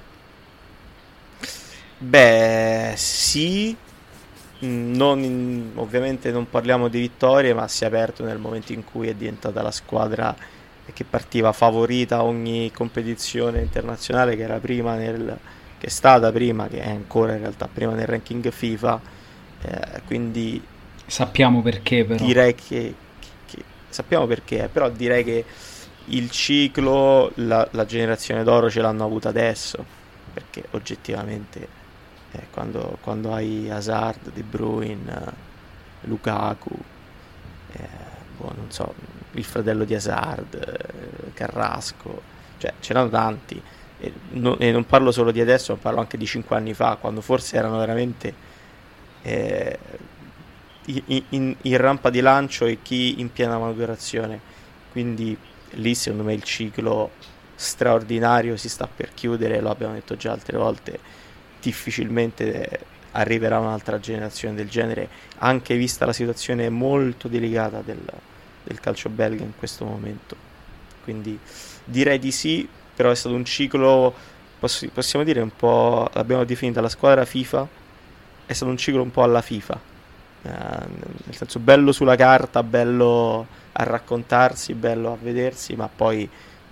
Beh sì, non in, ovviamente non parliamo di vittorie, ma si è aperto nel momento in cui è diventata la squadra che partiva favorita ogni competizione internazionale, che era prima nel, che è stata prima, che è ancora in realtà prima nel ranking FIFA, eh, quindi sappiamo perché, però direi che, che, che sappiamo perché, però direi che il ciclo, la, la generazione d'oro ce l'hanno avuta adesso, perché oggettivamente Eh, quando, quando hai Hazard, De Bruyne, Lukaku, eh, boh, non so, il fratello di Hazard, eh, Carrasco, cioè c'erano tanti, e, no, e non parlo solo di adesso, ma parlo anche di cinque anni fa, quando forse erano veramente eh, in, in, in rampa di lancio e chi in piena maturazione. Quindi lì secondo me il ciclo straordinario si sta per chiudere, lo abbiamo detto già altre volte. Difficilmente arriverà un'altra generazione del genere, anche vista la situazione molto delicata del, del calcio belga in questo momento. Quindi direi di sì, però è stato un ciclo, poss- possiamo dire un po', l'abbiamo definita la squadra FIFA, è stato un ciclo un po' alla FIFA, eh, nel senso bello sulla carta, bello a raccontarsi, bello a vedersi, ma poi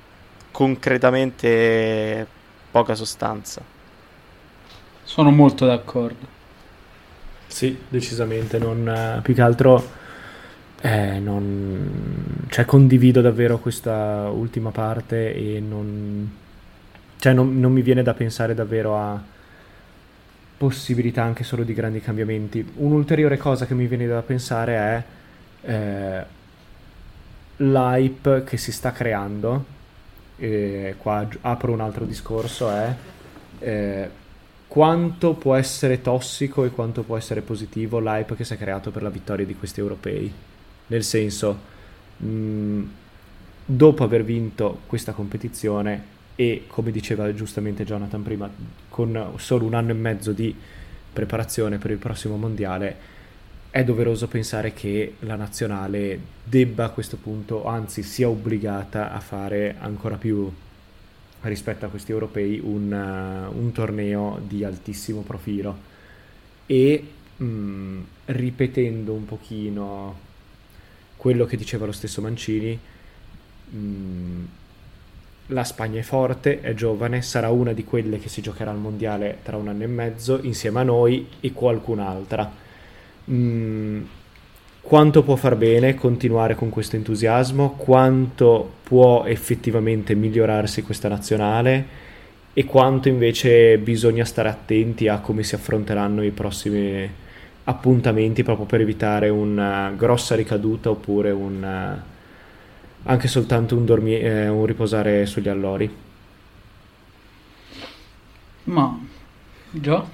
concretamente poca sostanza. Sono molto d'accordo. Sì, decisamente, non, eh, più che altro eh, non, cioè condivido davvero questa ultima parte e non, cioè non, non mi viene da pensare davvero a possibilità anche solo di grandi cambiamenti. Un'ulteriore cosa che mi viene da pensare è eh, l'hype che si sta creando, e qua apro un altro discorso, è eh, quanto può essere tossico e quanto può essere positivo l'hype che si è creato per la vittoria di questi europei. Nel senso, mh, dopo aver vinto questa competizione e, come diceva giustamente Jonathan prima, con solo un anno e mezzo di preparazione per il prossimo mondiale, è doveroso pensare che la nazionale debba a questo punto, anzi sia obbligata a fare ancora più rispetto a questi europei un, uh, un torneo di altissimo profilo. E mh, ripetendo un pochino quello che diceva lo stesso Mancini, mh, la Spagna è forte, è giovane, sarà una di quelle che si giocherà al mondiale tra un anno e mezzo insieme a noi e qualcun'altra. Mm, quanto può far bene continuare con questo entusiasmo, quanto può effettivamente migliorarsi questa nazionale e quanto invece bisogna stare attenti a come si affronteranno i prossimi appuntamenti, proprio per evitare una grossa ricaduta oppure un, anche soltanto un, dormi- eh, un riposare sugli allori. Ma già?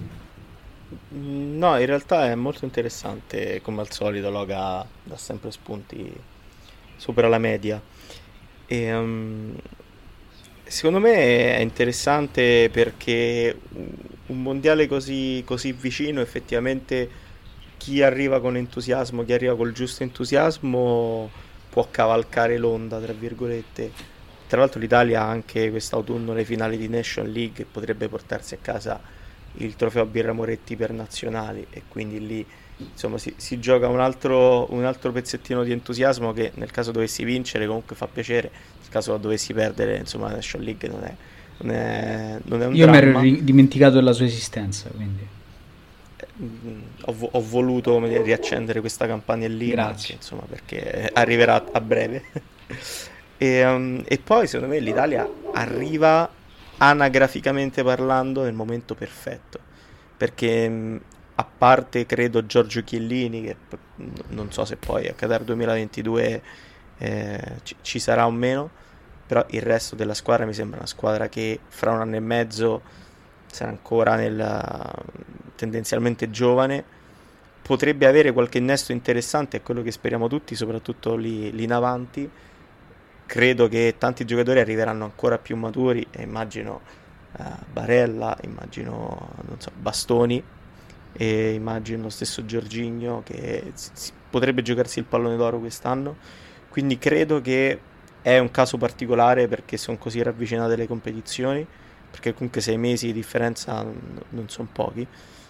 No, in realtà è molto interessante, come al solito Loga dà sempre spunti, supera la media. E, um, secondo me è interessante perché un mondiale così, così vicino, effettivamente chi arriva con entusiasmo, chi arriva col giusto entusiasmo può cavalcare l'onda, tra virgolette. Tra l'altro l'Italia ha anche quest'autunno le finali di Nation League e potrebbe portarsi a casa il trofeo Birra Moretti per nazionali, e quindi lì insomma si, si gioca un altro, un altro pezzettino di entusiasmo che nel caso dovessi vincere comunque fa piacere, nel caso dovessi perdere insomma la Nation League non è, non è, non è un Io dramma. mi ero ri- dimenticato della sua esistenza, quindi ho, vo- ho voluto come dire, riaccendere questa campagna lì, insomma, perché arriverà a breve. e, um, e poi secondo me l'Italia arriva anagraficamente parlando nel momento perfetto, perché mh, a parte credo Giorgio Chiellini, che p- non so se poi a Qatar duemilaventidue eh, ci, ci sarà o meno, però il resto della squadra mi sembra una squadra che fra un anno e mezzo sarà ancora nel, tendenzialmente giovane, potrebbe avere qualche innesto interessante, è quello che speriamo tutti, soprattutto lì, lì in avanti. Credo che tanti giocatori arriveranno ancora più maturi e immagino uh, Barella, immagino non so, Bastoni e immagino lo stesso Jorginho che si, si, potrebbe giocarsi il pallone d'oro quest'anno, quindi credo che è un caso particolare perché sono così ravvicinate le competizioni, perché comunque sei mesi di differenza non, non sono pochi,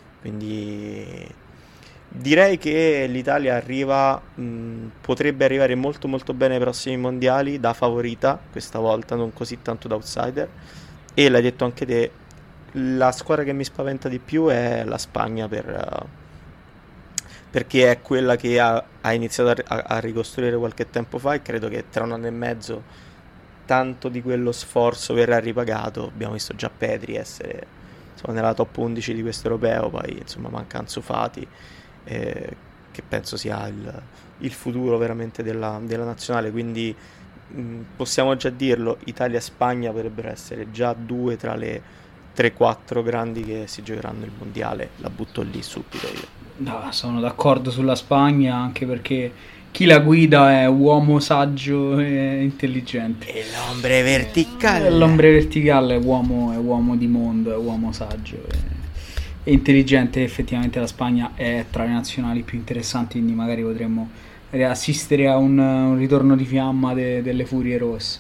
quindi direi che l'Italia arriva, mh, potrebbe arrivare molto molto bene ai prossimi mondiali, da favorita questa volta, non così tanto da outsider. E l'hai detto anche te, la squadra che mi spaventa di più è la Spagna, per, uh, perché è quella che ha, ha iniziato a, a ricostruire qualche tempo fa, e credo che tra un anno e mezzo tanto di quello sforzo verrà ripagato. Abbiamo visto già Pedri essere insomma, nella top undici di questo europeo, poi insomma manca Ansu Fati, Eh, che penso sia il, il futuro veramente della, della nazionale, quindi mh, possiamo già dirlo, Italia e Spagna potrebbero essere già due tra le tre quattro grandi che si giocheranno il mondiale, la butto lì subito io. No, sono d'accordo sulla Spagna, anche perché chi la guida è uomo saggio e intelligente. E l'ombre verticale. E l'ombre verticale è uomo, è uomo di mondo, è uomo saggio e... e intelligente. Effettivamente la Spagna è tra le nazionali più interessanti, quindi magari potremmo assistere a un, un ritorno di fiamma de, delle furie rosse,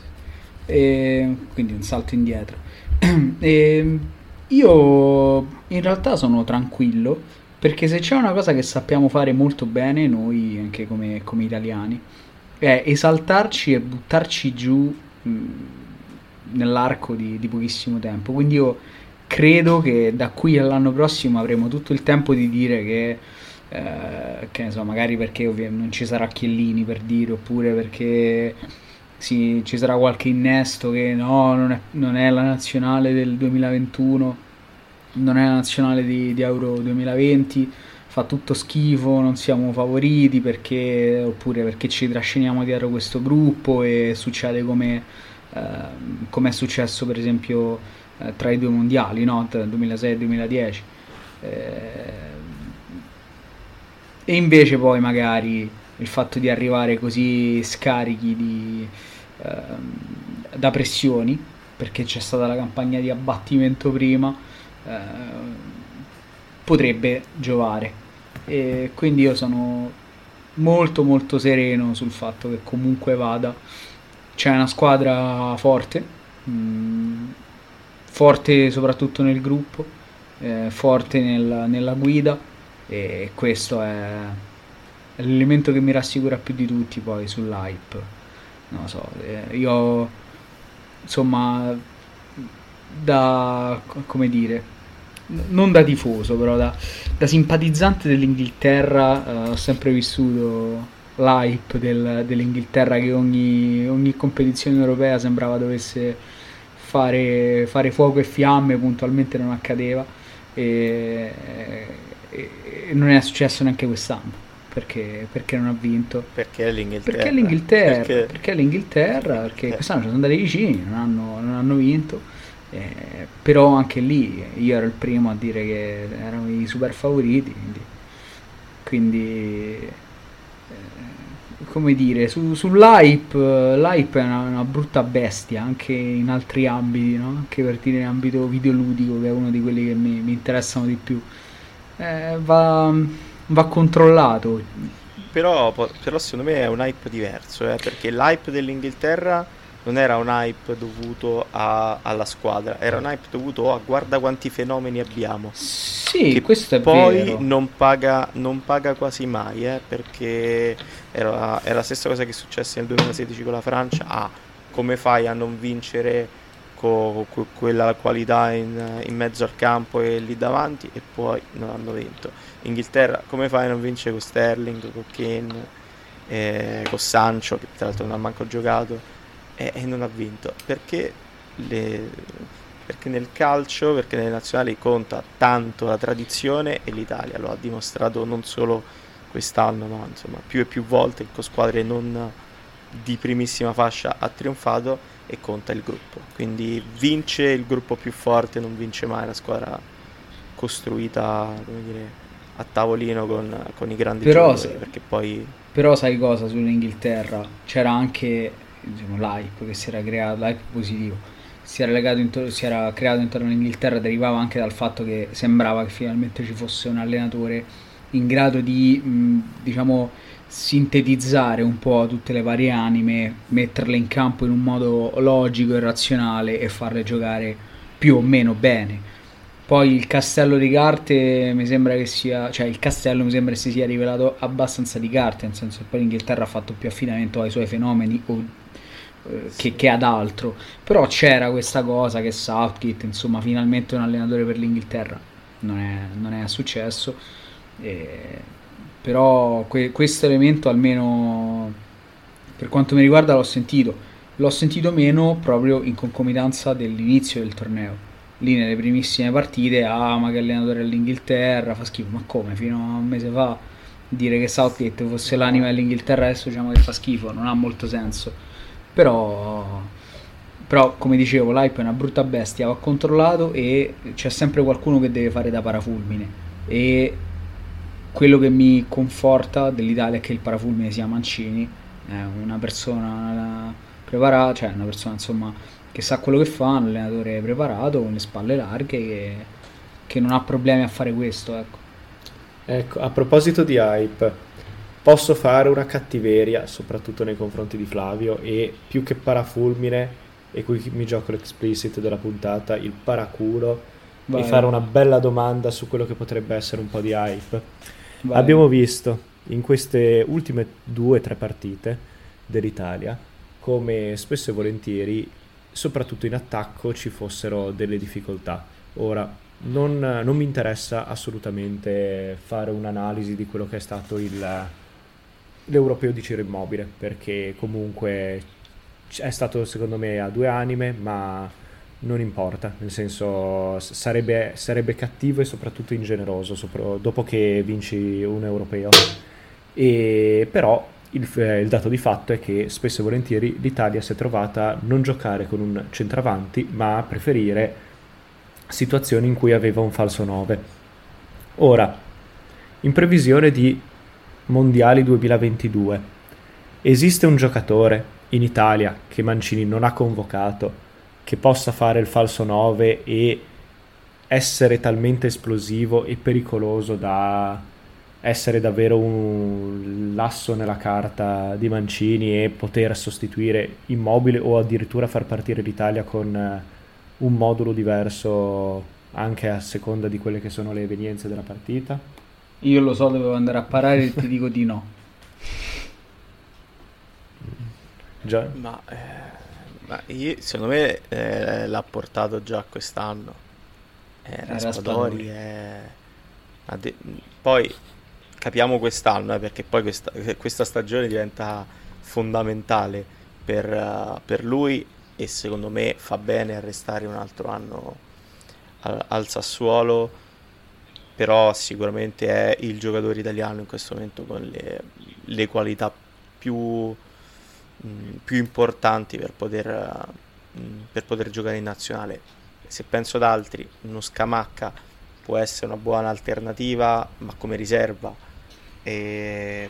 e quindi un salto indietro. E io in realtà sono tranquillo, perché se c'è una cosa che sappiamo fare molto bene noi anche come, come italiani è esaltarci e buttarci giù mh, nell'arco di, di pochissimo tempo, quindi io credo che da qui all'anno prossimo avremo tutto il tempo di dire che, eh, che ne so, magari perché ovviamente non ci sarà Chiellini, per dire, oppure perché sì, ci sarà qualche innesto che no, non è, non è la nazionale del duemilaventuno, non è la nazionale di, di Euro duemilaventi, fa tutto schifo, non siamo favoriti perché, oppure perché ci trasciniamo dietro questo gruppo e succede come eh, come è successo per esempio eh, tra i due mondiali, no? Tra il duemilasei e il duemiladieci. Eh, e invece poi magari il fatto di arrivare così scarichi di, eh, da pressioni, perché c'è stata la campagna di abbattimento prima, eh, potrebbe giovare. E quindi io sono molto molto sereno sul fatto che comunque vada. C'è una squadra forte, mh, forte soprattutto nel gruppo, eh, forte nel, nella guida, e questo è l'elemento che mi rassicura più di tutti. Poi sull'hype, non lo so, eh, io insomma da, come dire, non da tifoso, però da, da simpatizzante dell'Inghilterra, eh, ho sempre vissuto l'hype del, dell'Inghilterra, che ogni, ogni competizione europea sembrava dovesse fare, fare fuoco e fiamme, puntualmente non accadeva, e, e, e non è successo neanche quest'anno. Perché, perché non ha vinto? Perché l'Inghilterra. Perché l'Inghilterra, perché, perché l'Inghilterra, perché quest'anno ci sono andati vicini, non hanno, non hanno vinto, eh, però anche lì io ero il primo a dire che erano i super favoriti, quindi, quindi eh, come dire, su, sull'hype, l'hype è una, una brutta bestia anche in altri ambiti, no? Anche per dire in ambito videoludico, che è uno di quelli che mi, mi interessano di più, eh, va... va controllato. Però, però secondo me è un hype diverso, eh, perché l'hype dell'Inghilterra non era un hype dovuto a, alla squadra, era un hype dovuto a guarda quanti fenomeni abbiamo. Sì, che questo è poi vero. non paga, non paga quasi mai, eh, perché era, era la stessa cosa che è successa nel duemilasedici con la Francia. Ah, come fai a non vincere con co, quella qualità in, in mezzo al campo e lì davanti, e poi non hanno vinto. Inghilterra, come fai a non vincere con Sterling, con Kane, eh, con Sancho, che tra l'altro non ha manco giocato, e, e non ha vinto? Perché, le, perché nel calcio, perché nelle nazionali conta tanto la tradizione, e l'Italia lo ha dimostrato non solo quest'anno, ma insomma più e più volte, con squadre non di primissima fascia ha trionfato, e conta il gruppo. Quindi vince il gruppo più forte, non vince mai la squadra costruita, come dire, a tavolino con, con i grandi però, giocatori, perché poi però sai cosa, sull'Inghilterra c'era anche, diciamo, l'hype che si era creato, l'hype positivo si era, legato intorno, si era creato intorno all'Inghilterra, derivava anche dal fatto che sembrava che finalmente ci fosse un allenatore in grado di mh, diciamo sintetizzare un po' tutte le varie anime, metterle in campo in un modo logico e razionale e farle giocare più o meno bene. Poi il castello di carte mi sembra che sia, cioè il castello mi sembra che si sia rivelato abbastanza di carte, nel senso che poi l'Inghilterra ha fatto più affidamento ai suoi fenomeni o, eh, che, che ad altro. Però c'era questa cosa che Southgate, insomma, finalmente un allenatore per l'Inghilterra, non è, non è successo, e, però que, questo elemento almeno per quanto mi riguarda l'ho sentito, l'ho sentito meno proprio in concomitanza dell'inizio del torneo. Lì nelle primissime partite, ah ma che allenatore all'Inghilterra, fa schifo. Ma come? Fino a un mese fa dire che Southgate fosse l'anima dell'Inghilterra, adesso diciamo che fa schifo, non ha molto senso. Però, però come dicevo, l'hype è una brutta bestia, va controllato, e c'è sempre qualcuno che deve fare da parafulmine, e quello che mi conforta dell'Italia è che il parafulmine sia Mancini, è una persona preparata, cioè una persona insomma che sa quello che fa, un allenatore preparato, con le spalle larghe, che, che non ha problemi a fare questo, ecco. Ecco, a proposito di hype, posso fare una cattiveria, soprattutto nei confronti di Flavio, e più che parafulmine, e qui mi gioco l'explicit della puntata, il paraculo, Vai. e fare una bella domanda su quello che potrebbe essere un po' di hype. Vai. Abbiamo visto in queste ultime due o tre partite dell'Italia come spesso e volentieri, soprattutto in attacco, ci fossero delle difficoltà. Ora, non, non mi interessa assolutamente fare un'analisi di quello che è stato il, l'europeo di Ciro Immobile, perché comunque è stato secondo me a due anime, ma non importa, nel senso sarebbe, sarebbe cattivo e soprattutto ingeneroso sopra, dopo che vinci un europeo. E però il, eh, il dato di fatto è che spesso e volentieri l'Italia si è trovata a non giocare con un centravanti, ma a preferire situazioni in cui aveva un falso nove. Ora, in previsione di mondiali duemilaventidue, esiste un giocatore in Italia che Mancini non ha convocato che possa fare il falso nove e essere talmente esplosivo e pericoloso da essere davvero un lasso nella carta di Mancini e poter sostituire Immobile o addirittura far partire l'Italia con un modulo diverso anche a seconda di quelle che sono le evenienze della partita? Io lo so, dovevo andare a parare e ti dico di no. Già? Ma, eh, ma io, secondo me eh, l'ha portato già quest'anno. Eh, Raspadori è... De... Poi capiamo quest'anno, eh, perché poi questa, questa stagione diventa fondamentale per, uh, per lui, e secondo me fa bene a restare un altro anno al, al Sassuolo, però sicuramente è il giocatore italiano in questo momento con le, le qualità più, mh, più importanti per poter, uh, mh, per poter giocare in nazionale. Se penso ad altri, uno Scamacca può essere una buona alternativa, ma come riserva, e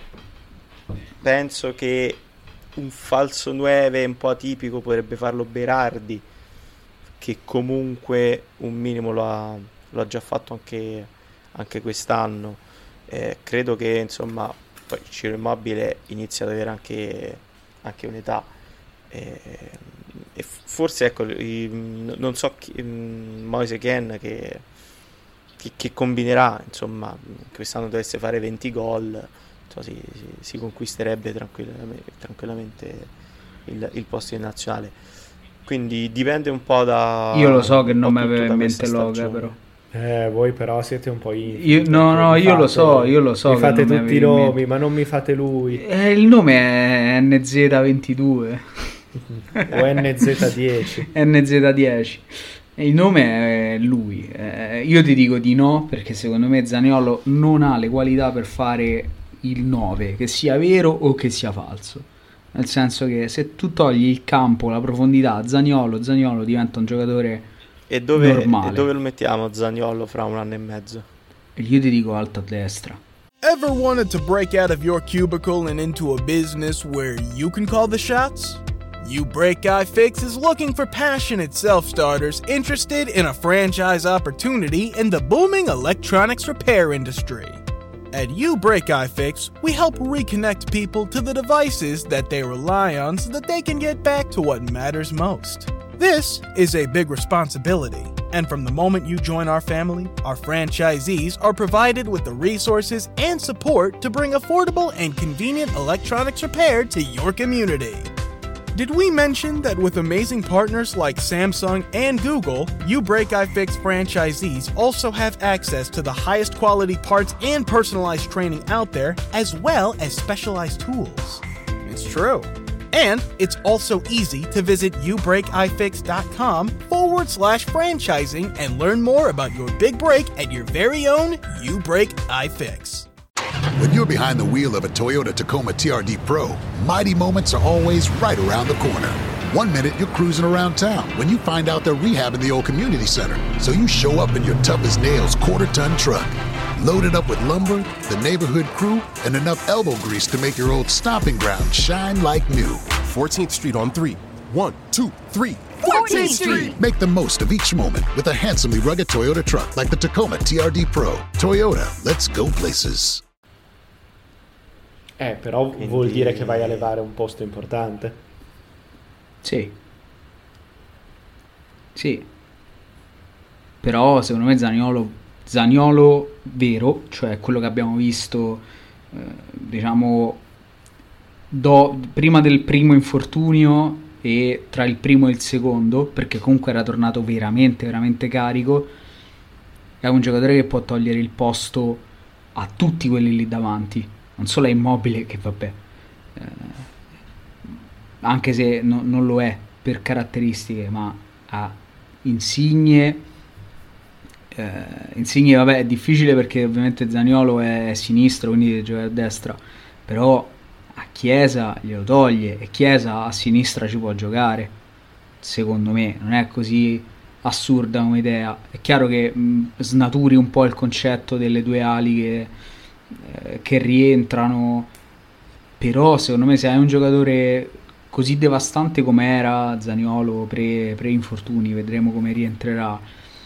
penso che un falso nove un po' atipico potrebbe farlo Berardi, che comunque un minimo lo ha, lo ha già fatto anche, anche quest'anno. Eh, credo che insomma poi Ciro Immobile inizia ad avere anche, anche un'età, eh, e forse ecco i, non so chi, Moise Kean che, che, che combinerà, insomma quest'anno dovesse fare venti gol, si, si, si conquisterebbe tranquillamente, tranquillamente il, il posto in nazionale, quindi dipende un po' da... Io lo so che non mi aveva in mente Loga, però eh, voi però siete un po' in... Io, no no io fate, lo so io lo so mi fate tutti i nomi, ma non mi fate lui. Eh, il nome è N Z ventidue o N Z dieci N Z dieci, il nome è lui. Eh, io ti dico di no, perché secondo me Zaniolo non ha le qualità per fare il nove, che sia vero o che sia falso, nel senso che se tu togli il campo, la profondità, Zaniolo Zaniolo diventa un giocatore e dove, normale. E dove lo mettiamo Zaniolo fra un anno e mezzo? Io ti dico alto a destra. Ever wanted to break out of your cubicle and into a business where you can call the shots? uBreakIFix is looking for passionate self-starters interested in a franchise opportunity in the booming electronics repair industry. At uBreakIFix, we help reconnect people to the devices that they rely on so that they can get back to what matters most. This is a big responsibility, and from the moment you join our family, our franchisees are provided with the resources and support to bring affordable and convenient electronics repair to your community. Did we mention that with amazing partners like Samsung and Google, uBreakIFix franchisees also have access to the highest quality parts and personalized training out there, as well as specialized tools? It's true. And it's also easy to visit ubreakifix.com forward slash franchising and learn more about your big break at your very own uBreakIFix. When you're behind the wheel of a Toyota Tacoma T R D Pro, mighty moments are always right around the corner. One minute you're cruising around town when you find out they're rehabbing the old community center, so you show up in your tough-as-nails quarter-ton truck. Loaded up with lumber, the neighborhood crew, and enough elbow grease to make your old stomping ground shine like new. fourteenth Street on three. One, two, three. fourteenth Street! Make the most of each moment with a handsomely rugged Toyota truck like the Tacoma T R D Pro. Toyota, let's go places. Eh, però Quindi... vuol dire che vai a levare un posto importante? Sì. Sì. Però secondo me Zaniolo, Zaniolo vero, cioè quello che abbiamo visto, eh, diciamo, do, prima del primo infortunio e tra il primo e il secondo, perché comunque era tornato veramente, veramente carico, è un giocatore che può togliere il posto a tutti quelli lì davanti. Non solo è Immobile, che vabbè, eh, anche se no, non lo è per caratteristiche, ma ha Insigne. Eh, Insigne, vabbè, è difficile perché ovviamente Zaniolo è sinistro, quindi deve giocare a destra, però a Chiesa glielo toglie, e Chiesa a sinistra ci può giocare, secondo me, non è così assurda come idea. È chiaro che mh, snaturi un po' il concetto delle due ali che, eh, che rientrano, però secondo me se hai un giocatore così devastante come era Zaniolo pre, pre-infortuni, vedremo come rientrerà,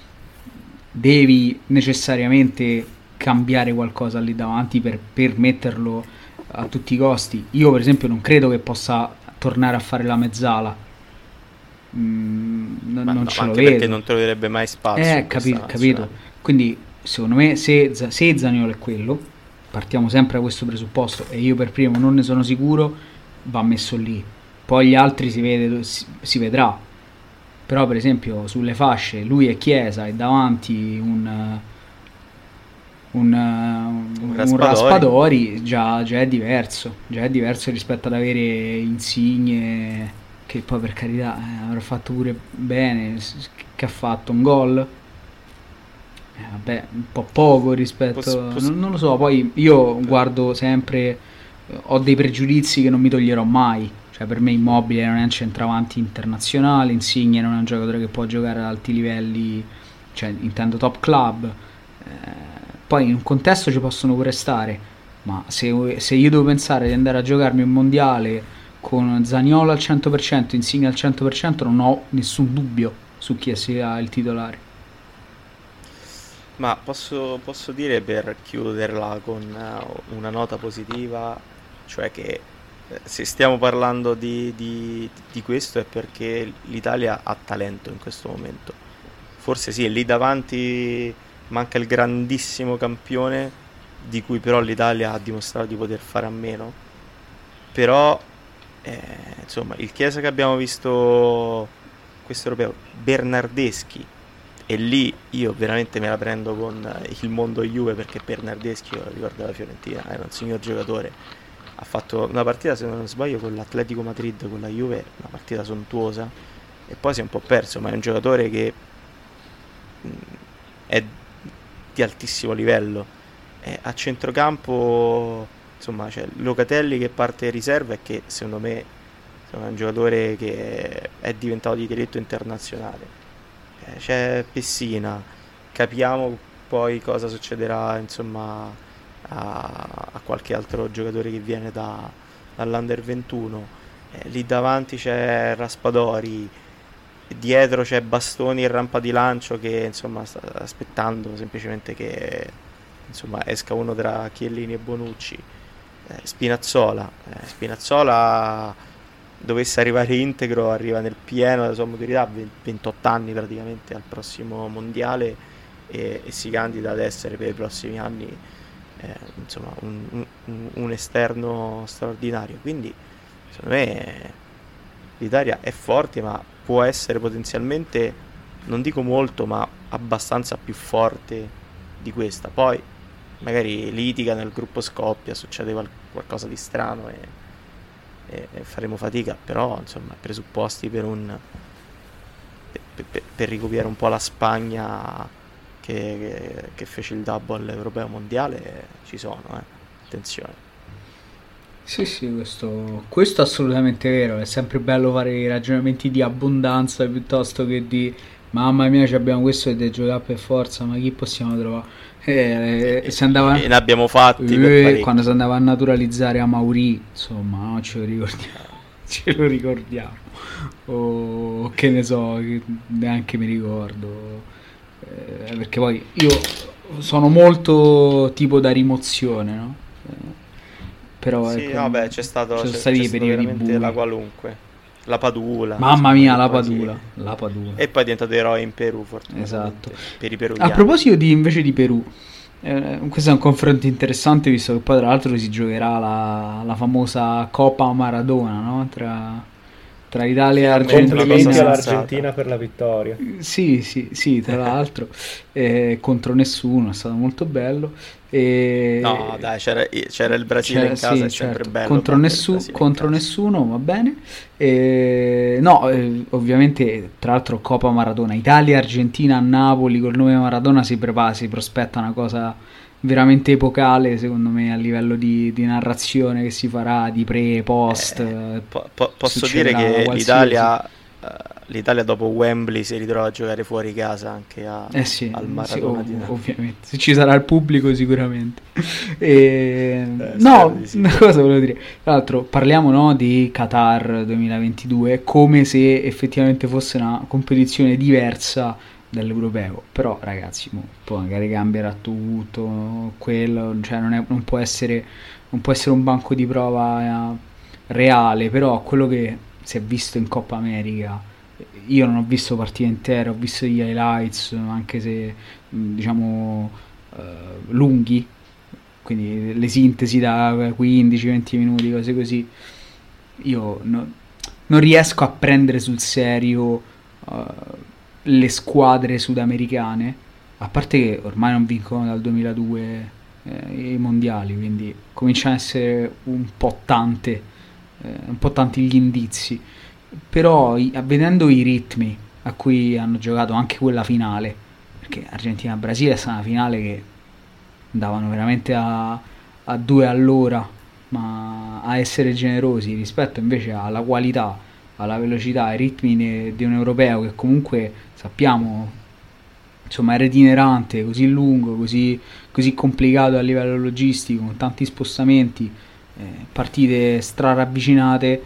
devi necessariamente cambiare qualcosa lì davanti per, per metterlo a tutti i costi. Io per esempio non credo che possa tornare a fare la mezzala, mm, non, non no, ce lo anche vedo, perché non troverebbe mai spazio. eh, capito, capito. Quindi secondo me se, se Zaniolo è quello, partiamo sempre da questo presupposto, e io per primo non ne sono sicuro, va messo lì. Poi gli altri si, vede, si, si vedrà. Però per esempio sulle fasce lui è Chiesa e davanti un un, un, un Raspadori, Raspadori già, già è diverso, già è diverso rispetto ad avere Insigne, che poi per carità eh, avrà fatto pure bene, che ha fatto un gol, eh, vabbè, un po' poco rispetto, posso, posso... Non, non lo so, poi io guardo sempre, ho dei pregiudizi che non mi toglierò mai. Cioè per me Immobile non è un centravanti internazionale, Insigne non è un giocatore che può giocare ad alti livelli, cioè intendo top club, eh, poi in un contesto ci possono pure stare, ma se, se io devo pensare di andare a giocarmi un mondiale con Zaniolo al cento per cento, Insigne al cento per cento, non ho nessun dubbio su chi sia il titolare. Ma posso, posso dire, per chiuderla con una nota positiva, cioè che se stiamo parlando di, di, di questo è perché l'Italia ha talento in questo momento. Forse sì, lì davanti manca il grandissimo campione, di cui però l'Italia ha dimostrato di poter fare a meno. Però eh, insomma, il Chiesa che abbiamo visto questo europeo, Bernardeschi, e lì io veramente me la prendo con il mondo Juve, perché Bernardeschi, io lo ricordo della Fiorentina, era un signor giocatore. Ha fatto una partita, se non sbaglio, con l'Atletico Madrid, con la Juve, una partita sontuosa, e poi si è un po' perso, ma è un giocatore che mh, è di altissimo livello. È a centrocampo, insomma, c'è Locatelli che parte in riserva e che secondo me insomma, è un giocatore che è diventato di diritto internazionale. Eh, c'è Pessina, capiamo poi cosa succederà, insomma, A, a qualche altro giocatore che viene da, dall'Under ventuno, eh, lì davanti c'è Raspadori, dietro c'è Bastoni e rampa di lancio che insomma sta aspettando semplicemente che insomma esca uno tra Chiellini e Bonucci, eh, Spinazzola eh, Spinazzola dovesse arrivare integro, arriva nel pieno della sua maturità, ventotto anni praticamente al prossimo mondiale, e, e si candida ad essere per i prossimi anni Eh, insomma un, un, un esterno straordinario. Quindi secondo me l'Italia è forte, ma può essere potenzialmente, non dico molto, ma abbastanza più forte di questa. Poi magari litiga nel gruppo, scoppia, succede qual- qualcosa di strano e, e, e faremo fatica, però insomma presupposti per un per, per, per ricopiare un po' la Spagna Che, che, che fece il double europeo mondiale ci sono, eh. Attenzione. Sì, sì, questo, questo è assolutamente vero. È sempre bello fare i ragionamenti di abbondanza piuttosto che di mamma mia, abbiamo questo e deve giocare per forza, ma chi possiamo trovare? Eh, e, si andava, e ne abbiamo fatti eh, per quando si andava a naturalizzare a Mauri, insomma, no, ce lo ricordiamo. Ce lo ricordiamo. O che ne so, che neanche mi ricordo. Eh, perché poi io sono molto tipo da rimozione, no? Eh, però sì, ecco, no, beh, c'è stato, c'è c'è, stati c'è periodi stato bui. la qualunque, la Padula, mamma mia, la quasi, Padula, la Padula, e poi è diventato eroe in Perù, fortunatamente, esatto. Per i peruviani. A proposito di invece di Perù, eh, questo è un confronto interessante, visto che poi tra l'altro si giocherà la, la famosa Copa Maradona, no? Tra tra Italia e Argentina. Complimenti all'Argentina per la vittoria. Sì, sì, sì, tra l'altro eh, contro nessuno, è stato molto bello. E... No, dai, c'era, c'era il Brasile c'era, in casa, sì, è certo. sempre bello. Contro, nessu- contro nessuno, va bene. E... No, eh, ovviamente, tra l'altro Copa Maradona, Italia, Argentina a Napoli col nome Maradona si prepara, si prospetta una cosa veramente epocale, secondo me, a livello di, di narrazione che si farà, di pre, post. Eh, po- po- posso dire che qualsiasi. l'Italia, uh, l'Italia dopo Wembley si ritrova a giocare fuori casa anche a, eh sì, al Maradona. sì, di ov- ovviamente, se ci sarà il pubblico sicuramente. E... Eh, no, sì. una cosa volevo dire. Tra l'altro parliamo, no, di Qatar duemilaventidue come se effettivamente fosse una competizione diversa dall'europeo, però ragazzi, mo, poi magari cambierà tutto quello, cioè non, è, non può essere non può essere un banco di prova eh, reale, però quello che si è visto in Coppa America, io non ho visto partite intere, ho visto gli highlights, anche se diciamo eh, lunghi, quindi le sintesi da quindici venti minuti, cose così. Io no, non riesco a prendere sul serio uh, le squadre sudamericane, a parte che ormai non vincono dal duemiladue eh, i mondiali, quindi cominciano a essere un po' tante, eh, un po' tanti gli indizi, però i, vedendo i ritmi a cui hanno giocato anche quella finale, perché Argentina-Brasile è stata una finale che andavano veramente a, a due all'ora, ma a essere generosi rispetto invece alla qualità, alla velocità, ai ritmi ne, di un europeo che comunque sappiamo insomma è itinerante, così lungo, così, così complicato a livello logistico, con tanti spostamenti, eh, partite straravvicinate.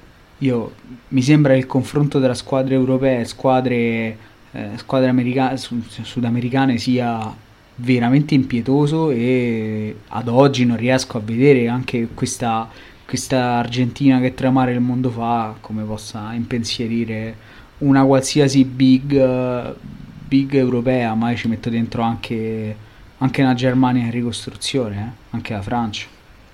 Io mi sembra che il confronto tra squadre europee e squadre, eh, squadre americane, sudamericane sia veramente impietoso, e ad oggi non riesco a vedere anche questa, questa Argentina che tramare il mondo fa come possa impensierire una qualsiasi big, uh, big europea. Ma ci metto dentro anche, anche una Germania in ricostruzione, eh? Anche la Francia.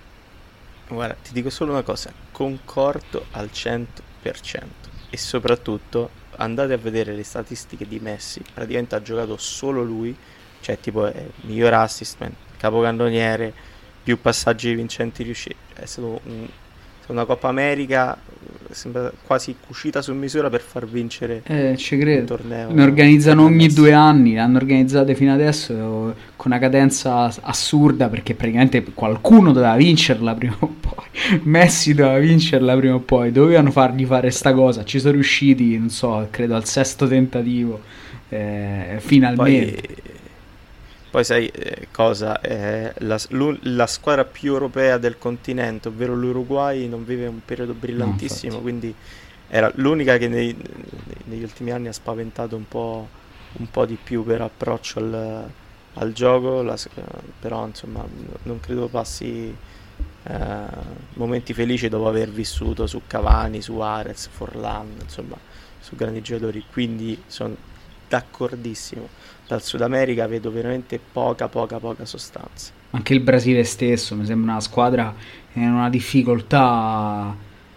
Guarda, ti dico solo una cosa, concordo al cento per cento, e soprattutto andate a vedere le statistiche di Messi, praticamente ha giocato solo lui, cioè tipo eh, miglior assist, capocannoniere, più passaggi vincenti riusciti, è stato un, una Coppa America sembra quasi cucita su misura per far vincere eh, ci credo. un torneo. Ne organizzano ogni Messi. due anni, l'hanno organizzate fino adesso con una cadenza assurda, perché praticamente qualcuno doveva vincerla prima o poi. Messi doveva vincerla prima o poi, dovevano fargli fare sta cosa, ci sono riusciti, non so, credo al sesto tentativo, eh, finalmente. Poi, poi sai eh, cosa? Eh, la, la squadra più europea del continente, ovvero l'Uruguay, non vive un periodo brillantissimo, no, quindi era l'unica che nei, negli ultimi anni ha spaventato un po', un po' di più per approccio al, al gioco, la, però insomma non credo passi eh, momenti felici dopo aver vissuto su Cavani, su Arez, Forlan, insomma su grandi giocatori, quindi sono d'accordissimo. Dal Sud America vedo veramente poca poca poca sostanza. Anche il Brasile stesso mi sembra una squadra in una difficoltà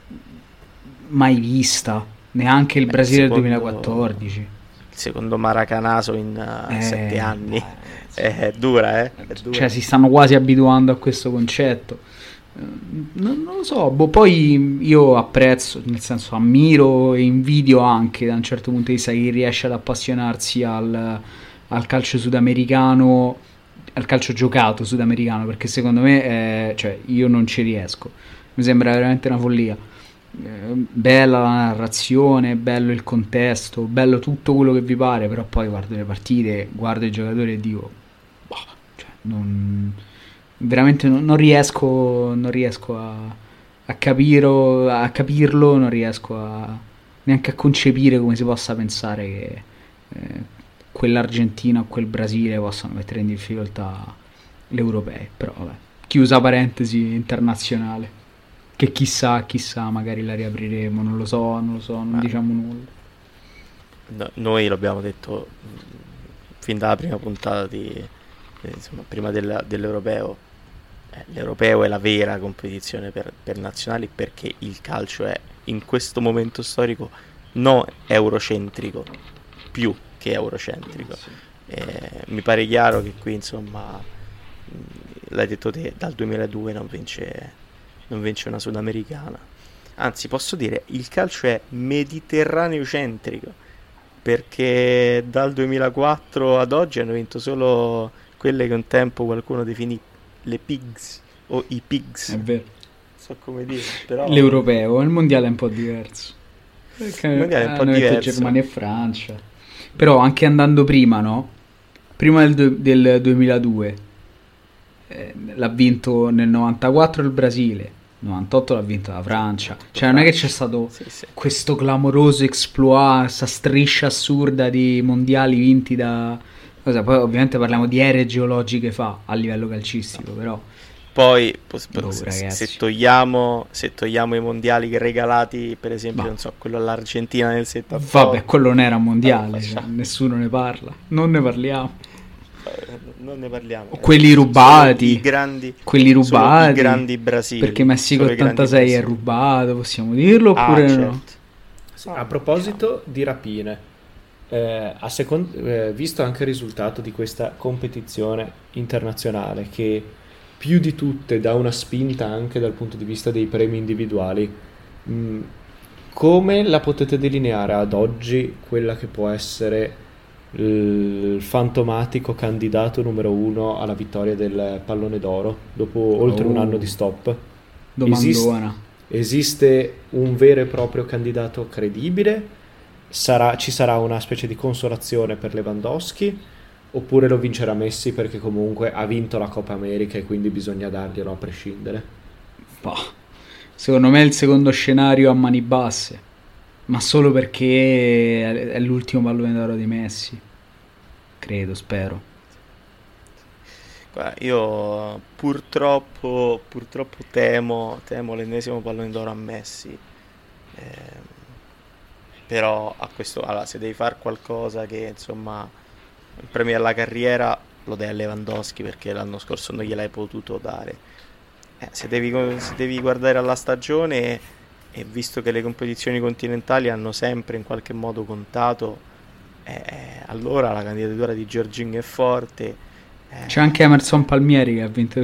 mai vista, neanche il Beh, Brasile del secondo, duemilaquattordici. Il secondo Maracanazo in uh, eh, sette anni è, è dura, eh? È dura. Cioè si stanno quasi abituando a questo concetto. Non, non lo so, boh, poi io apprezzo, nel senso ammiro e invidio anche da un certo punto di vista chi riesce ad appassionarsi al, al calcio sudamericano, al calcio giocato sudamericano, perché secondo me eh, cioè io non ci riesco, mi sembra veramente una follia. Eh, bella la narrazione, bello il contesto, bello tutto quello che vi pare, però poi guardo le partite, guardo i giocatori e dico boh, cioè non... veramente non, non riesco non riesco a, a capirlo a capirlo non riesco a neanche a concepire come si possa pensare che eh, quell'Argentina o quel Brasile possano mettere in difficoltà gli europei. Però vabbè, chiusa parentesi internazionale, che chissà chissà magari la riapriremo, non lo so non lo so non ah. diciamo nulla. No, noi l'abbiamo detto fin dalla prima puntata di eh, insomma prima del, dell'europeo. L'europeo è la vera competizione per, per nazionali, perché il calcio è in questo momento storico non eurocentrico più che eurocentrico. Sì. Eh, mi pare chiaro che qui insomma l'hai detto te, dal duemiladue non vince, non vince una sudamericana, anzi posso dire il calcio è mediterraneo-centrico, perché dal duemilaquattro ad oggi hanno vinto solo quelle che un tempo qualcuno definì le pigs o i pigs. È vero. Non so come dire, però... L'europeo, il mondiale è un po' diverso. Perché il mondiale è un po' hanno detto diverso. Germania e Francia. Però anche andando prima, no? Prima del, du- del duemiladue eh, l'ha vinto nel novantaquattro il Brasile, novantotto l'ha vinto la Francia. Cioè non è che c'è stato Sì, sì. questo clamoroso exploit, questa striscia assurda di mondiali vinti da... Cosa? Poi ovviamente parliamo di ere geologiche fa a livello calcistico, però... Poi pos- Oh, se, ragazzi. se togliamo se togliamo i mondiali regalati, per esempio, Ma- non so, quello all'Argentina nel settantotto, Vabbè, quello non era un mondiale, Eh, cioè, facciamo- nessuno ne parla, non ne parliamo. eh, non ne parliamo. O quelli Solo rubati, i grandi, quelli solo rubati, i grandi Brasili, perché Messico solo i grandi ottantasei è Brasili. rubato, possiamo dirlo Ah, oppure no? certo. Sì, a proposito di rapine, eh, a secon- eh, visto anche il risultato di questa competizione internazionale che più di tutte dà una spinta anche dal punto di vista dei premi individuali, mh, come la potete delineare ad oggi quella che può essere il fantomatico candidato numero uno alla vittoria del pallone d'oro dopo oltre un Oh. anno di stop? Domandona. Esiste un vero e proprio candidato credibile? Sarà, ci sarà una specie di consolazione per Lewandowski? Oppure lo vincerà Messi perché comunque ha vinto la Coppa America e quindi bisogna darglielo a prescindere? Boh. Secondo me è il secondo scenario a mani basse, ma solo perché è è l'ultimo pallone d'oro di Messi. Credo, spero. Guarda, io purtroppo purtroppo temo temo l'ennesimo pallone d'oro a Messi. Ehm, però a questo, allora, se devi fare qualcosa che insomma il premio alla carriera, lo dai a Lewandowski perché l'anno scorso non gliel'hai potuto dare. Eh, se devi, se devi guardare alla stagione, e visto che le competizioni continentali hanno sempre in qualche modo contato, eh, allora la candidatura di Jorginho è forte. eh, C'è anche Emerson Palmieri che ha vinto.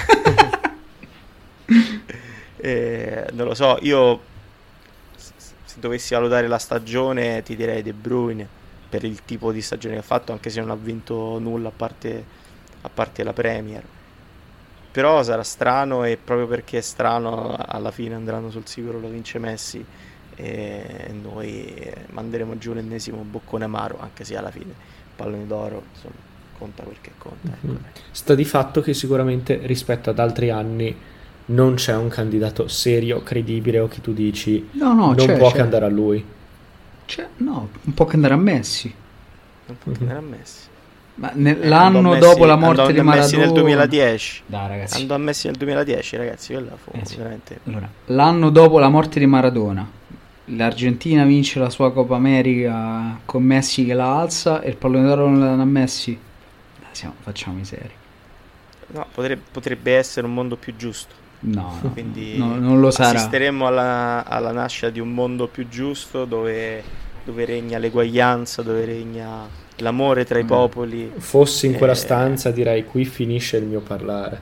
eh, non lo so, io s- se dovessi valutare la stagione ti direi De Bruyne, per il tipo di stagione che ha fatto, anche se non ha vinto nulla a parte, a parte la Premier. Però sarà strano, e proprio perché è strano alla fine andranno sul sicuro lo vince Messi, e noi manderemo giù l'ennesimo boccone amaro, anche se alla fine il pallone d'oro insomma conta quel che conta, ecco. Sta di fatto che sicuramente rispetto ad altri anni non c'è un candidato serio, credibile, o che tu dici No, no, non c'è, può c'è. che andare a lui. Cioè, no, un po' che andare a Messi. Non può andare a Messi. Ma ne- Eh, l'anno andò a dopo Messi- la morte andò di a Messi Maradona nel duemiladieci. Dai, ragazzi. Andò a Messi nel duemiladieci, ragazzi, quella fu Eh sì. veramente... Allora, l'anno dopo la morte di Maradona, l'Argentina vince la sua Coppa America con Messi che la alza e il pallone d'oro non la danno a Messi. Dai, siamo, facciamo i seri. No, potrebbe, potrebbe essere un mondo più giusto. No, no, Quindi no, non lo sarà. assisteremmo alla, alla nascita di un mondo più giusto, dove, dove regna l'eguaglianza, dove regna l'amore tra i Mm. popoli. Fossi in quella Eh, stanza direi qui finisce il mio parlare.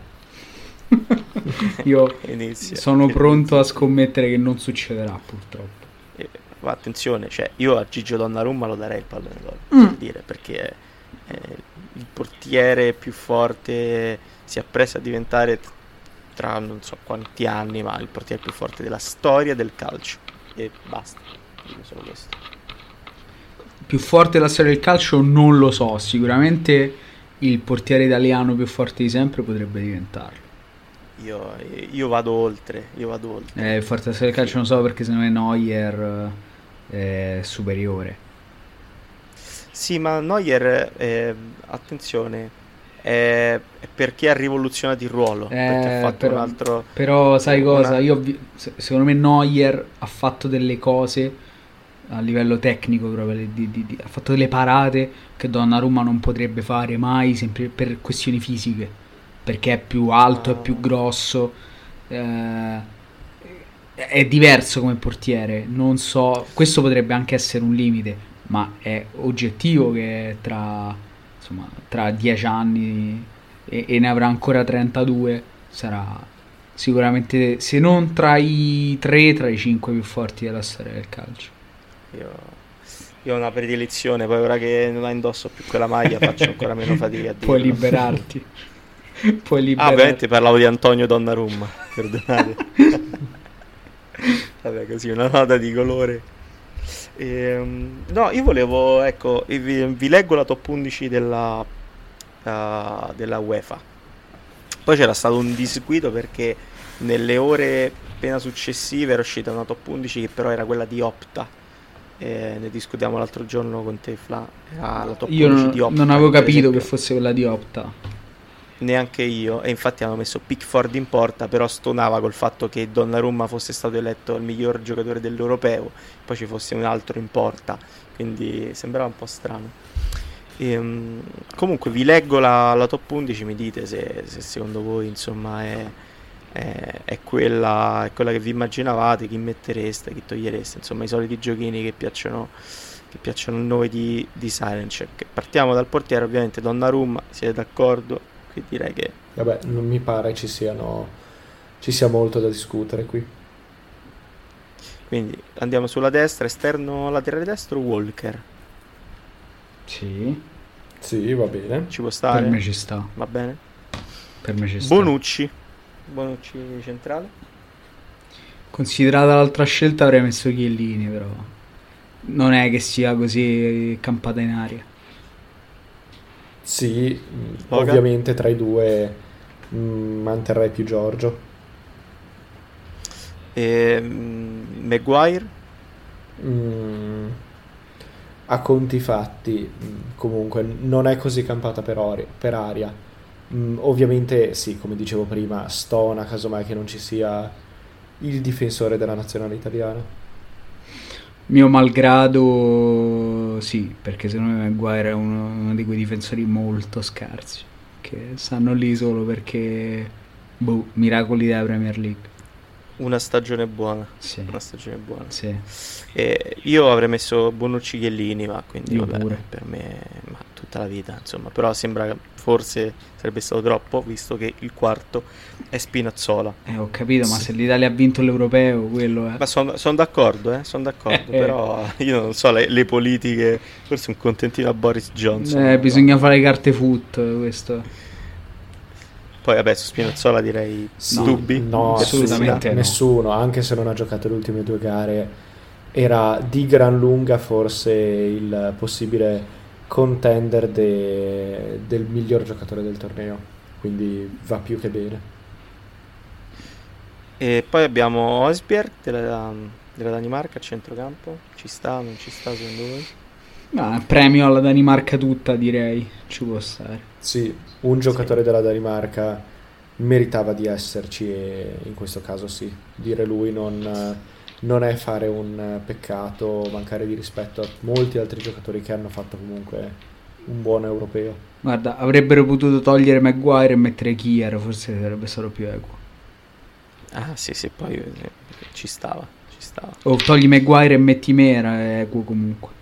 Io Inizia. sono pronto a scommettere che non succederà, purtroppo. Eh, ma attenzione, cioè, io a Gigio Donnarumma lo darei il pallone d'oro, Mm. per dire, perché è, è il portiere più forte, si appresta a diventare tra non so quanti anni, ma il portiere più forte della storia del calcio. E basta, dico solo questo. Più forte della storia del calcio non lo so, sicuramente il portiere italiano più forte di sempre potrebbe diventarlo. Io, io vado oltre, io vado oltre. Eh, il forte della storia del calcio non so perché secondo me Neuer eh, è superiore. Sì, ma Neuer, eh, attenzione, è, è perché ha rivoluzionato il ruolo, perché ha Eh, fatto però, un altro... però sai cosa? una- Io, ho vi- se- secondo me Neuer ha fatto delle cose a livello tecnico proprio, di- di- di- ha fatto delle parate che Donnarumma non potrebbe fare mai, sempre per questioni fisiche, perché è più alto, è più grosso, eh, è diverso come portiere. Non so, questo potrebbe anche essere un limite, ma è oggettivo che tra, insomma, tra dieci anni e, e ne avrà ancora trentadue, sarà sicuramente, se non tra i tre, tra i cinque più forti della storia del calcio. Io, io ho una predilezione, poi ora che non la indosso più quella maglia faccio ancora meno fatica a dirlo. Puoi liberarti. Puoi Ah, liberarti. ovviamente parlavo di Antonio Donnarumma, perdonate. Vabbè, così una nota di colore. Ehm, no, io volevo, ecco, vi, vi leggo la top undici della, uh, della UEFA. Poi c'era stato un disguido perché nelle ore appena successive era uscita una top undici che però era quella di Opta. Eh, ne discutiamo l'altro giorno con te, Fla. Era la top Io undici non, di Opta, non avevo per capito esempio. che fosse quella di Opta. Neanche io, e infatti hanno messo Pickford in porta, però stonava col fatto che Donnarumma fosse stato eletto il miglior giocatore dell'Europeo, poi ci fosse un altro in porta, quindi sembrava un po' strano. Ehm, comunque vi leggo la, la top undici, mi dite se, se secondo voi insomma è, è, è, quella, è quella che vi immaginavate, chi mettereste, chi togliereste, insomma i soliti giochini che piacciono, che piacciono a noi di, di Silencheck. Partiamo dal portiere, ovviamente Donnarumma, siete d'accordo? Qui direi che vabbè, non mi pare ci siano ci sia molto da discutere qui. Quindi andiamo sulla destra, esterno laterale destro, Walker. Sì. Sì, va bene. Ci può stare? Per me ci sta. Va bene. Per me ci sta. Bonucci. Bonucci centrale. Considerata l'altra scelta avrei messo Chiellini, però non è che sia così campata in aria. Sì, Logan? ovviamente tra i due mh, manterrei più Giorgio. E, mm, Maguire? Mm, a conti fatti, mh, comunque non è così campata per, ori- per aria. Mm, ovviamente sì, come dicevo prima, stona casomai che non ci sia il difensore della nazionale italiana. Mio malgrado sì, perché secondo me Maguire è uno, uno di quei difensori molto scarsi che stanno lì solo perché boh, miracoli della Premier League. Una stagione buona. Sì. Una stagione buona. Sì. E io avrei messo Bonucci Chiellini, ma quindi Io vabbè, pure. per me ma tutta la vita, insomma. Però sembra che forse sarebbe stato troppo, visto che il quarto è Spinazzola. Eh, ho capito, ma se l'Italia ha vinto l'Europeo, quello è. Ma sono son d'accordo, eh, sono d'accordo, Eh, eh. però io non so le, le politiche, forse un contentino a Boris Johnson. Eh, bisogna fare le carte foot, questo. Poi vabbè, su Spinazzola direi Sì, dubbi. no, assolutamente no. nessuno, anche se non ha giocato le ultime due gare, era di gran lunga forse il possibile contender de- del miglior giocatore del torneo, quindi va più che bene. E poi abbiamo Osbjerg della, della Danimarca a centrocampo. Ci sta, non ci sta secondo voi? Ma premio alla Danimarca tutta, direi, ci può stare. Sì, un giocatore della Danimarca meritava di esserci e in questo caso sì, dire lui non, non è fare un peccato, mancare di rispetto a molti altri giocatori che hanno fatto comunque un buon europeo. Guarda, avrebbero potuto togliere Maguire e mettere Kier, forse sarebbe stato più equo. Ah sì sì, poi eh, ci stava, ci stava. O togli Maguire e metti Mera, è equo comunque.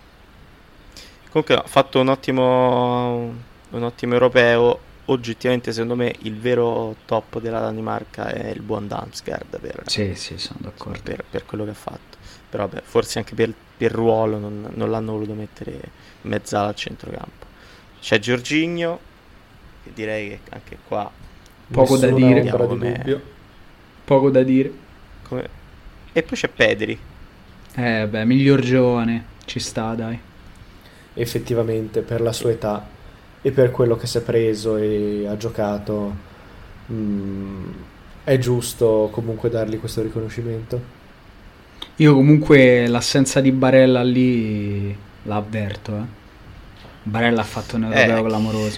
Comunque ha fatto un ottimo un ottimo europeo. Oggettivamente secondo me il vero top della Danimarca è il buon Damsgaard per, Sì, sì, sono d'accordo. per, per quello che ha fatto. Però vabbè, forse anche per, per ruolo non, non l'hanno voluto mettere mezzala al centrocampo. C'è Jorginho, che direi che anche qua Poco da Nessuna dire. ombra di Come- dubbio. Poco da dire. come... E poi c'è Pedri. Eh, beh, miglior giovane, ci sta, dai. Effettivamente per la sua età e per quello che si è preso e ha giocato, mh, è giusto comunque dargli questo riconoscimento. Io comunque l'assenza di Barella lì la avverto, eh. Barella ha fatto un europeo Eh. clamoroso.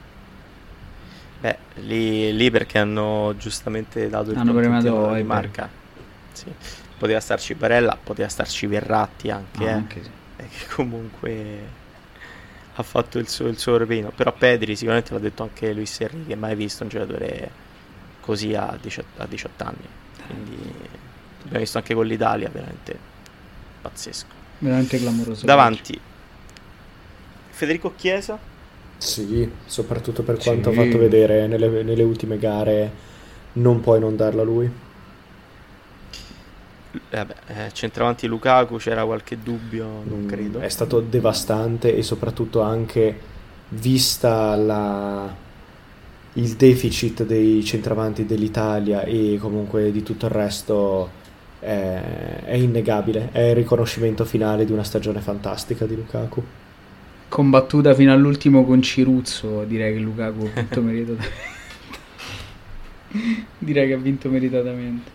Beh, lì, lì perché hanno giustamente dato il Hanno premiato puntino alla Højbjerg. Danimarca. Sì. Poteva starci Barella, poteva starci Verratti anche, Ah, eh. anche sì. E che comunque ha fatto il suo, il suo europeo. Però Pedri sicuramente l'ha detto anche Luis Enrique, mai visto un giocatore così a diciotto, a diciotto anni. Quindi abbiamo visto anche con l'Italia, veramente pazzesco. Veramente clamoroso. Davanti Federico Chiesa. Sì, soprattutto per Sì. quanto ha fatto vedere nelle, nelle ultime gare, non puoi non darla a lui. vabbè, eh, centravanti Lukaku, c'era qualche dubbio? Non Mm, credo. È stato devastante, e soprattutto anche vista la, il deficit dei centravanti dell'Italia e comunque di tutto il resto, è, è innegabile, è il riconoscimento finale di una stagione fantastica di Lukaku. Combattuta fino all'ultimo con Ciruzzo, direi che Lukaku ha vinto meritatamente. Direi che ha vinto meritatamente.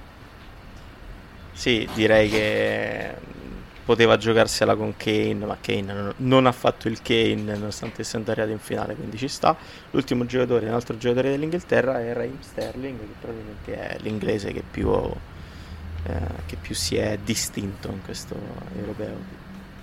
Sì, direi che poteva giocarsela con Kane, ma Kane non, non ha fatto il Kane nonostante essendo arrivato in finale, quindi ci sta. L'ultimo giocatore, un altro giocatore dell'Inghilterra è Raheem Sterling, che probabilmente è l'inglese che più, eh, che più si è distinto in questo europeo.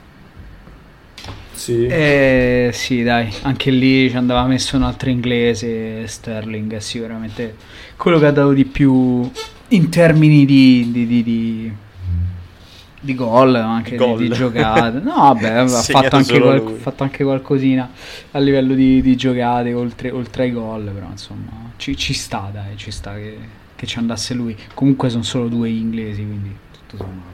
Sì. Eh, sì, dai, anche lì ci andava messo un altro inglese. Sterling è sicuramente quello che ha dato di più in termini di, di, di, di, di gol, ma anche di, Gol. di giocate. No, vabbè, ha Segnato fatto anche, solo qual- lui. fatto anche qualcosina a livello di, di giocate oltre, oltre ai gol, però insomma ci, ci sta, dai, ci sta che, che ci andasse lui. Comunque sono solo due inglesi, quindi tutto sommato.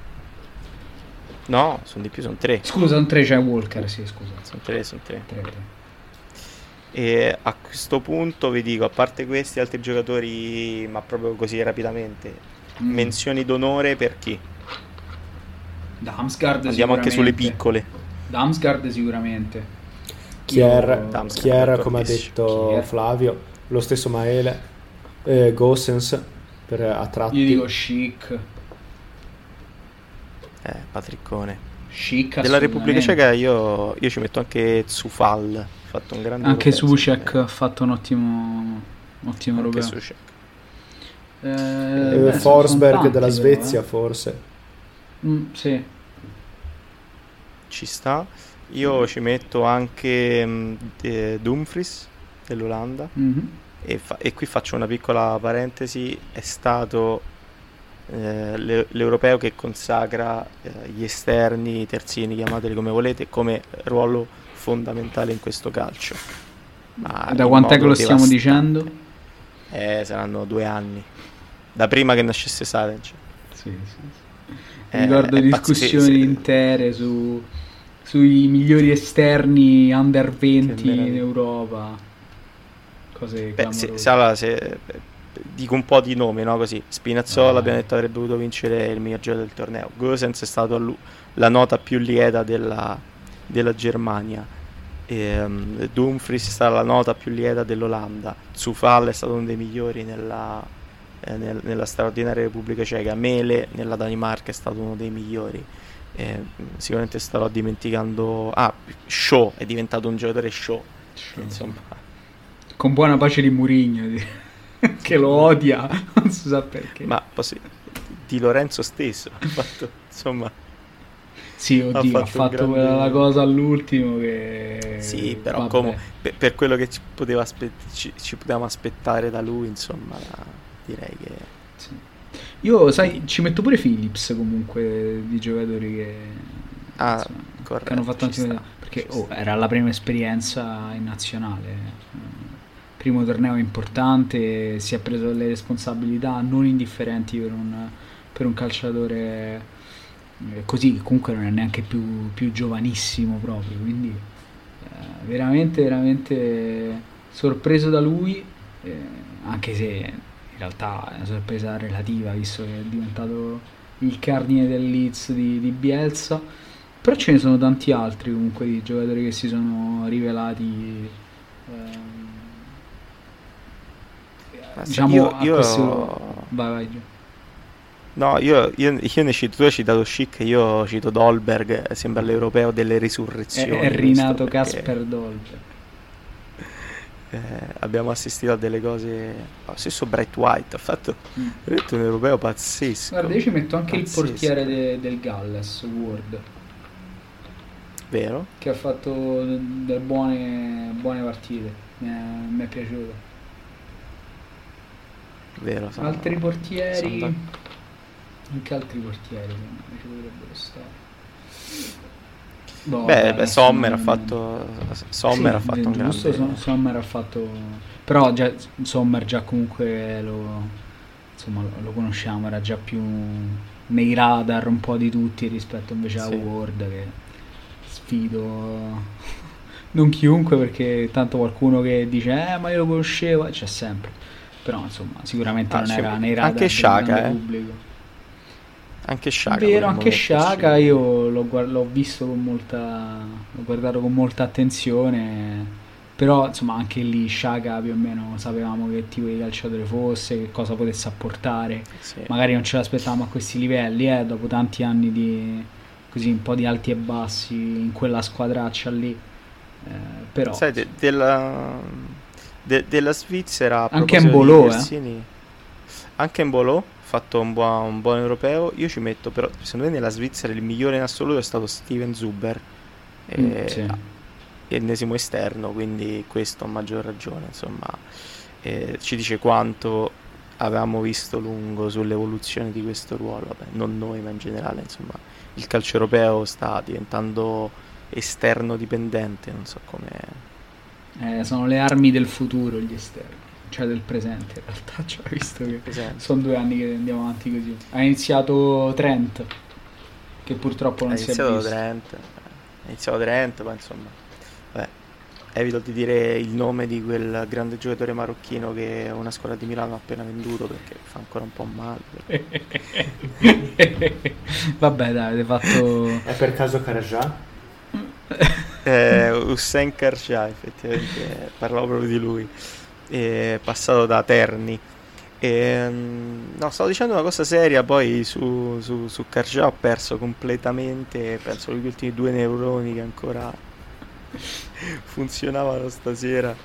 No, sono di più, sono tre. Scusa, un tre c'è Walker, sì, scusa. Sono tre, sono tre. Tre, tre. E a questo punto vi dico, a parte questi altri giocatori, ma proprio così rapidamente, Mm. menzioni d'onore per chi? Damsgaard Andiamo anche sulle sicuramente. piccole. Damsgaard sicuramente. Kier, Damsgaard, Kier, come ha d'accordissimo. detto Kier. Flavio, lo stesso Maele, eh, Gosens per a tratti. Io dico Chic. Eh, Patriccone. Chic Della Repubblica assolutamente. Ceca io, io ci metto anche Zufal, ha fatto un grande Anche europeo, Suchek secondo ha fatto un ottimo, ottimo me. Anche europeo. Souček. Eh, Eh, beh, sono- Forsberg sono tanti, della però, Svezia, eh. forse. Mm, sì. Ci sta. Io ci metto anche mh, de- Dumfries dell'Olanda. Mhm. E, fa- e qui faccio una piccola parentesi, è stato eh, l'e- l'europeo che consacra eh, gli esterni, i terzini, chiamateli come volete, come ruolo fondamentale in questo calcio. Ma Da in quant'è che modo lo stiamo devastante. dicendo? Eh, saranno due anni, da prima che nascesse Savic. Sì, sì, sì. Eh, Ricordo è discussioni pazzesco. intere su, sui migliori esterni under venti Che meraviglia. in Europa. Cose Beh, se, clamorose. se, allora, se, eh, dico un po' di nomi, no? Così Spinazzola Ah. abbiamo detto avrebbe dovuto vincere il miglior giocatore del torneo. Gosens è stato lu- la nota più lieta della, della Germania. E, um, Dumfries è stata la nota più lieta dell'Olanda. Zufal è stato uno dei migliori nella, eh, nel- nella straordinaria Repubblica Ceca. Mele nella Danimarca è stato uno dei migliori. Eh, sicuramente starò dimenticando. Ah, Shaw è diventato un giocatore Shaw. Shaw, Insomma. Con buona pace di Mourinho, che lo odia, non si sa perché. Ma posso- di Lorenzo stesso ha fatto, insomma, Sì, oddio, ha fatto un fatto grande- quella la cosa all'ultimo che... sì, però vabbè. come, per, per quello che ci, poteva aspe- ci, ci potevamo aspettare da lui, insomma, direi che Sì. Io, sai, ci metto pure Phillips comunque di giocatori che, Ah, insomma, corretto, che hanno fatto ci anche sta, perché ci oh, sta. era la prima esperienza in nazionale, eh, primo torneo importante, si è preso delle responsabilità non indifferenti per un, per un calciatore eh, così, che comunque non è neanche più, più giovanissimo proprio, quindi eh, veramente veramente sorpreso da lui, eh, anche se in realtà è una sorpresa relativa visto che è diventato il cardine del Leeds di, di Bielsa, però ce ne sono tanti altri comunque di giocatori che si sono rivelati ehm, Ma sì, diciamo io- a io- questo... vai vai Gio. No, io, io, io ne cito, tu hai citato Schick, io cito Dolberg, sembra l'europeo delle è, risurrezioni. è questo, rinato perché, Casper Dolberg. eh, abbiamo assistito a delle cose. Lo stesso Bright White ha fatto Mm. veramente un europeo pazzesco. Guarda, io ci metto anche Pazzesco. il portiere de- del Galles, Ward, Vero? che ha fatto delle buone, buone partite, mi è, mi è piaciuto. Vero. sono- Altri portieri, sono d'ac- anche altri portieri secondo me ci potrebbero stare. Boh, Beh, vabbè, beh, Sommer ha non- fatto Sommer Sì, ha fatto un giusto, grande Som- Sommer ha fatto, però già Sommer già comunque lo, insomma, lo, lo conosciamo, era già più nei radar un po' di tutti rispetto invece Sì. a World, che sfido non chiunque, perché tanto qualcuno che dice eh ma io lo conoscevo, c'è sempre, però insomma sicuramente Ah, non c'è- era nei radar anche del Shaka, grande eh. pubblico. Anche Shaka. Vero, potremmo anche metterci. Shaka io l'ho, guard- l'ho visto con molta, l'ho guardato con molta attenzione, però insomma anche lì Shaka più o meno sapevamo che tipo di calciatore fosse, che cosa potesse apportare. Sì. Magari non ce l'aspettavamo a questi livelli, eh, dopo tanti anni di così un po' di alti e bassi in quella squadraccia lì, eh, però Sai, de- della, de- della Svizzera, a Anche proposito di Embolo, eh. Versini, anche Embolo, fatto un buon, un buon europeo. Io ci metto, però, secondo me nella Svizzera il migliore in assoluto è stato Steven Zuber, Mm, eh, sì. ennesimo esterno, quindi questo a maggior ragione, insomma, eh, ci dice quanto avevamo visto lungo sull'evoluzione di questo ruolo. Vabbè, non noi, ma in generale, insomma, il calcio europeo sta diventando esterno dipendente, non so come. Eh, sono le armi del futuro gli esterni, cioè del presente in realtà, cioè, visto che Presente. sono due anni che andiamo avanti così. Ha iniziato Trent, che purtroppo Ha non si è iniziato visto. Trent, ha iniziato Trent, poi insomma, vabbè, evito di dire il nome di quel grande giocatore marocchino che una squadra di Milano ha appena venduto, perché fa ancora un po' male. Vabbè dai, avete fatto... È per caso Karajà? eh, Hussein Karja, effettivamente, parlavo proprio di lui, è passato da Terni. E, mm, no, stavo dicendo una cosa seria, poi su, su, su Karja ho perso completamente, penso gli ultimi due neuroni che ancora funzionavano stasera.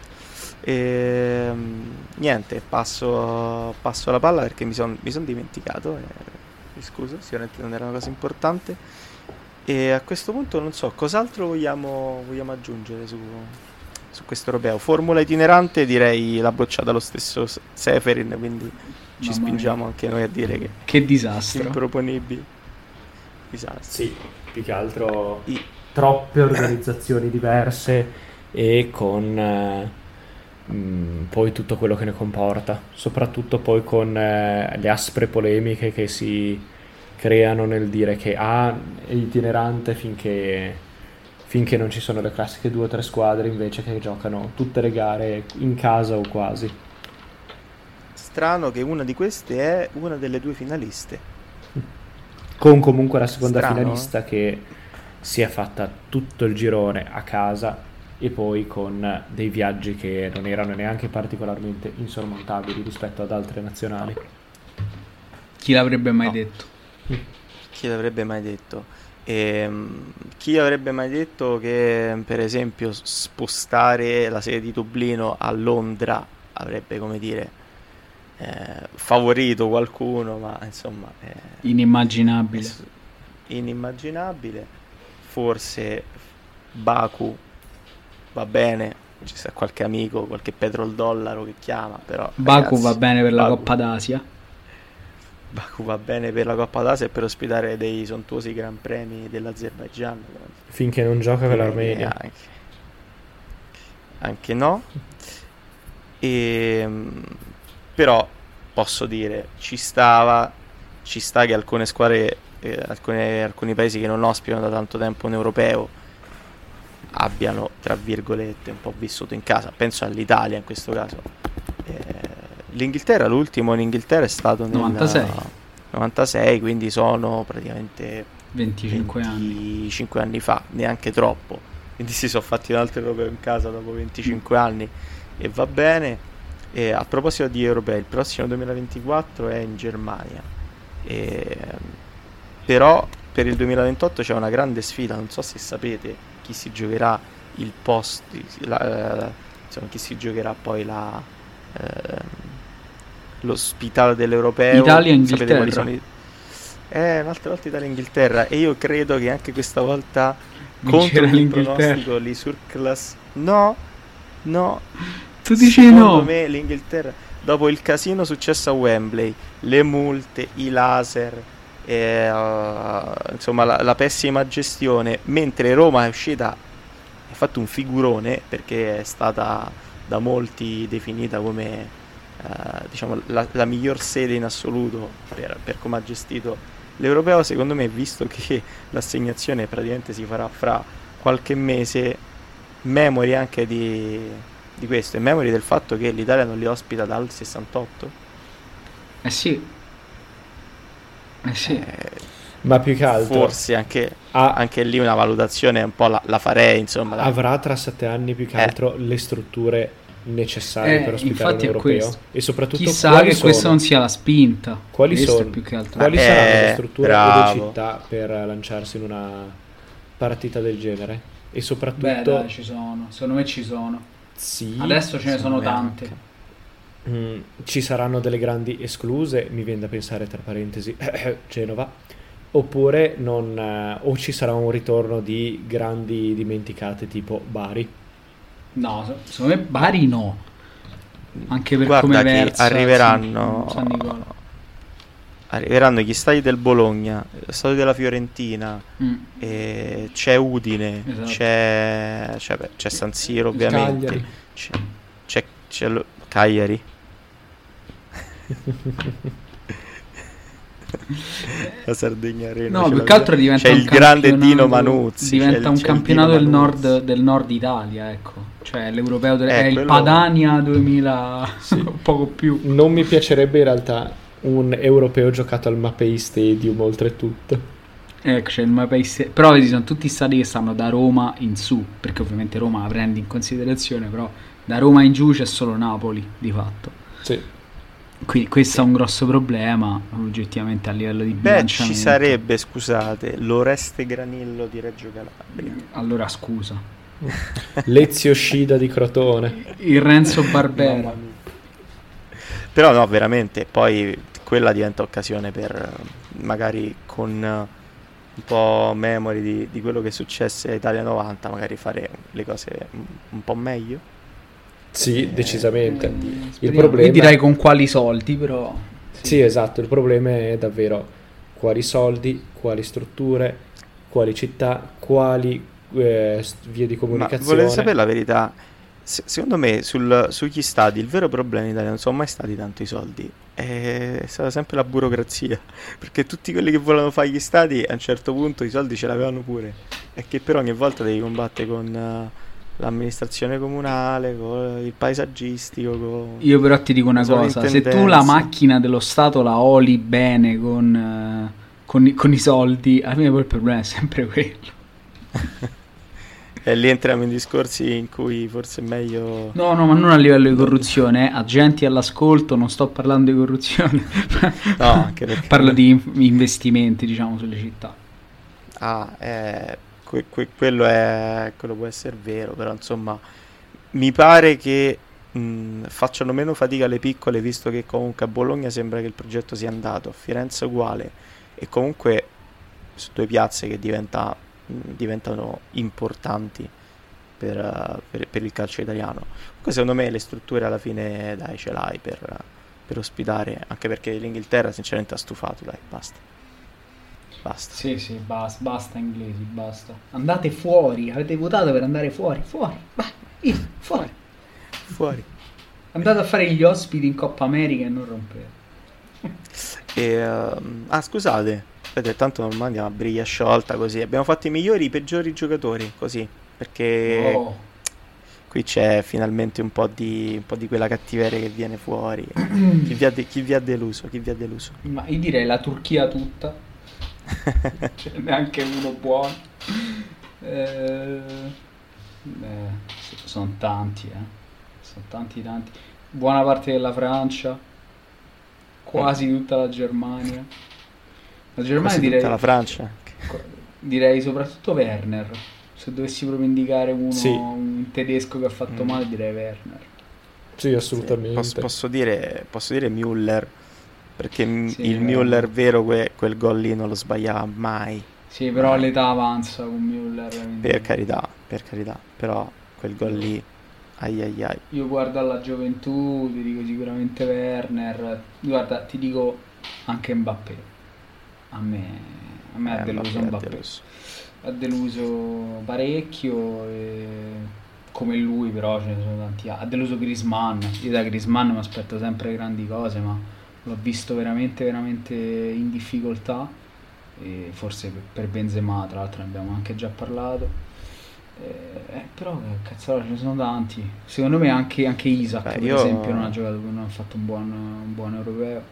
E, mm, niente, passo, passo la palla perché mi sono mi son dimenticato, eh, mi scuso, sicuramente non era una cosa importante. E a questo punto non so cos'altro vogliamo, vogliamo aggiungere su, su questo europeo. Formula itinerante, direi l'ha bocciata lo stesso S- Seferin, quindi ci Mamma spingiamo mia. anche noi a dire che Che disastro. improponibili. Disastro. Sì, più che altro I- troppe organizzazioni diverse e con eh, mh, poi tutto quello che ne comporta, soprattutto poi con eh, le aspre polemiche che si creano nel dire che A è itinerante finché, finché non ci sono le classiche due o tre squadre invece che giocano tutte le gare in casa o quasi. Strano che una di queste è una delle due finaliste. Con comunque la seconda Strano, finalista che si è fatta tutto il girone a casa e poi con dei viaggi che non erano neanche particolarmente insormontabili rispetto ad altre nazionali. Chi l'avrebbe mai No. detto? Chi l'avrebbe mai detto? Ehm, chi avrebbe mai detto che, per esempio, spostare la sede di Dublino a Londra avrebbe, come dire, eh, favorito qualcuno, ma insomma, è Inimmaginabile. s- inimmaginabile. Forse Baku va bene, ci sta qualche amico, qualche petrodollaro che chiama, però Baku ragazzi, va bene per la Baku- Coppa d'Asia. Baku va bene per la Coppa d'Asia e per ospitare dei sontuosi gran premi dell'Azerbaigian. Finché non gioca con Direi l'Armenia. che Anche, anche no. E, però posso dire, ci stava, ci sta che alcune squadre, eh, alcune- alcuni paesi che non ospitano da tanto tempo un europeo abbiano, tra virgolette, un po' vissuto in casa. Penso all'Italia in questo caso. Eh, L'Inghilterra, l'ultimo in Inghilterra è stato nel novantasei. novantasei, quindi sono praticamente venticinque anni. venticinque anni fa, neanche troppo. Quindi si sono fatti un altro europeo in casa dopo venticinque anni e va bene. E a proposito di europei, il prossimo duemilaventiquattro è in Germania. E, però per il duemilaventotto c'è una grande sfida, non so se sapete chi si giocherà il post, la, eh, insomma, chi si giocherà poi la ehm, l'ospitale dell'europeo. Italia e Sapete quali Inghilterra. sono i... Eh, un'altra volta Italia e Inghilterra, e io credo che anche questa volta Vincerà contro il l'Inghilterra. pronostico lì sul class. No, no. Tu dici Secondo no? me l'Inghilterra, dopo il casino successo a Wembley, le multe, i laser, e, uh, insomma la, la pessima gestione, mentre Roma è uscita, ha fatto un figurone perché è stata da molti definita come uh, diciamo la, la miglior sede in assoluto per, per come ha gestito l'Europeo secondo me, visto che l'assegnazione praticamente si farà fra qualche mese, memori anche di, di questo, e memori del fatto che l'Italia non li ospita dal sessantotto. Eh sì. Eh sì. Eh, Ma più che altro forse anche, ha- anche lì una valutazione un po' la, la farei, insomma. dai. avrà tra sette anni più che Eh. altro le strutture necessarie Eh, per ospitare infatti un è europeo, questo. e soprattutto Chissà quali che questa sono, non sia la spinta. quali Questo sono, è più che altro. quali Eh, saranno le strutture e le bravo. città per lanciarsi in una partita del genere, e Beh, soprattutto dai, ci sono. Secondo me ci sono. sì, Adesso ce ne sono secondo me tante. anche. mm, ci saranno delle grandi escluse, mi viene da pensare tra parentesi Genova, oppure non, eh, o ci sarà un ritorno di grandi dimenticate tipo Bari. No, se- secondo me Bari no. Anche per Guarda come che versa arriveranno San Nicola. arriveranno gli stadi del Bologna, lo stadio della Fiorentina, Mm. e c'è Udine, Esatto. c'è, c'è, beh, c'è San Siro Il ovviamente, Cagliari. c'è, c'è, c'è lo- Cagliari. La Sardegna Arena. No, ce più che l'abbiamo. altro diventa c'è un il grande Dino campionato- Manuzzi, c'è diventa il- un c'è il campionato Dino del Manuzzi. nord, del nord Italia, ecco. Cioè l'europeo del- Eh, è il quello- Padania duemila, poco più. Non mi piacerebbe in realtà un europeo giocato al Mapei Stadium oltretutto. Ecco, c'è il Mapei Sta- però vedi, sono tutti stadi che stanno da Roma in su, perché ovviamente Roma la prendi in considerazione, però da Roma in giù c'è solo Napoli, di fatto. Sì. Quindi questo è un grosso problema, oggettivamente, a livello di Beh, bilanciamento. ci sarebbe, scusate, l'Oreste Granillo di Reggio Calabria. Allora, scusa. Lezio Scida di Crotone. Il Renzo Barbera. Però no, veramente, poi quella diventa occasione per eh, magari con eh, un po' memory di, di quello che successe a Italia novanta, magari fare le cose un, un po' meglio. Sì, decisamente. Il Speriamo. problema Io direi con quali soldi, però. Sì, esatto, il problema è davvero quali soldi, quali strutture, quali città, quali eh, st- vie di Ma comunicazione. volete sapere la verità? Se- secondo me sul- sugli stadi il vero problema in Italia non sono mai stati tanto i soldi, è stata sempre la burocrazia, perché tutti quelli che volevano fare gli stadi a un certo punto i soldi ce l'avevano pure, e che però ogni volta devi combattere con eh, l'amministrazione comunale, con il paesaggistico, con... Io però ti dico una con le cosa, se tu la sovrintendenze. macchina dello Stato la oli bene con, eh, con, i- con i soldi, alla fine poi il problema è sempre quello. E lì entriamo in discorsi in cui forse è meglio... No, no, ma non a livello di corruzione, eh. Agenti all'ascolto, non sto parlando di corruzione. No, anche perché... Parlo di in- investimenti, diciamo, sulle città. Ah, eh, que- que- quello è, quello può essere vero, però insomma mi pare che mh, facciano meno fatica le piccole, visto che comunque a Bologna sembra che il progetto sia andato, a Firenze uguale, e comunque su due piazze che diventa, mh, diventano importanti per, uh, per- per il calcio italiano. Comunque secondo me le strutture alla fine, dai, ce l'hai per, per ospitare, anche perché l'Inghilterra sinceramente ha stufato, dai, basta. Basta. Sì, sì, basta, basta inglesi, basta. Andate fuori, avete votato per andare fuori, fuori, vai, via, fuori. Fuori. Andate a fare gli ospiti in Coppa America e non rompete. E, ehm, ah, scusate, vedete, tanto non andiamo a briglia sciolta così. Abbiamo fatto i migliori, i peggiori giocatori così, perché Oh. qui c'è finalmente un po' di, un po' di quella cattiveria che viene fuori. Chi vi ha, de- chi vi ha deluso? Chi vi ha deluso? Ma io direi la Turchia tutta. C'è neanche uno buono. Eh, eh, sono tanti, eh. Sono tanti, tanti. Buona parte della Francia. Quasi tutta la Germania. La Germania Quasi direi. tutta la Francia. Direi soprattutto Werner. Se dovessi proprio indicare uno, Sì. un tedesco che ha fatto Mm. male, direi Werner. Sì, assolutamente. Posso, posso dire, posso dire Müller, perché m- Sì, il però- Müller vero que- quel gol lì non lo sbagliava mai. Sì, però l'età avanza con Müller. quindi- Per carità, per carità, però quel gol lì, ai ai ai. Io guardo alla gioventù, ti dico sicuramente Werner, guarda, ti dico anche Mbappé. A me, a me ha Eh, deluso Mbappé ha Mbappé. deluso. Ha deluso parecchio, e come lui però ce ne sono tanti altri. Ha deluso Griezmann, io da Griezmann mi aspetto sempre grandi cose, ma l'ho visto veramente, veramente in difficoltà. e forse per, per Benzema, tra l'altro ne abbiamo anche già parlato. Eh, eh, però cazzarola, ce ne sono tanti. Secondo me anche, anche Isaac, Beh, per io... esempio, non ha giocato, non ha fatto un buon, un buon europeo.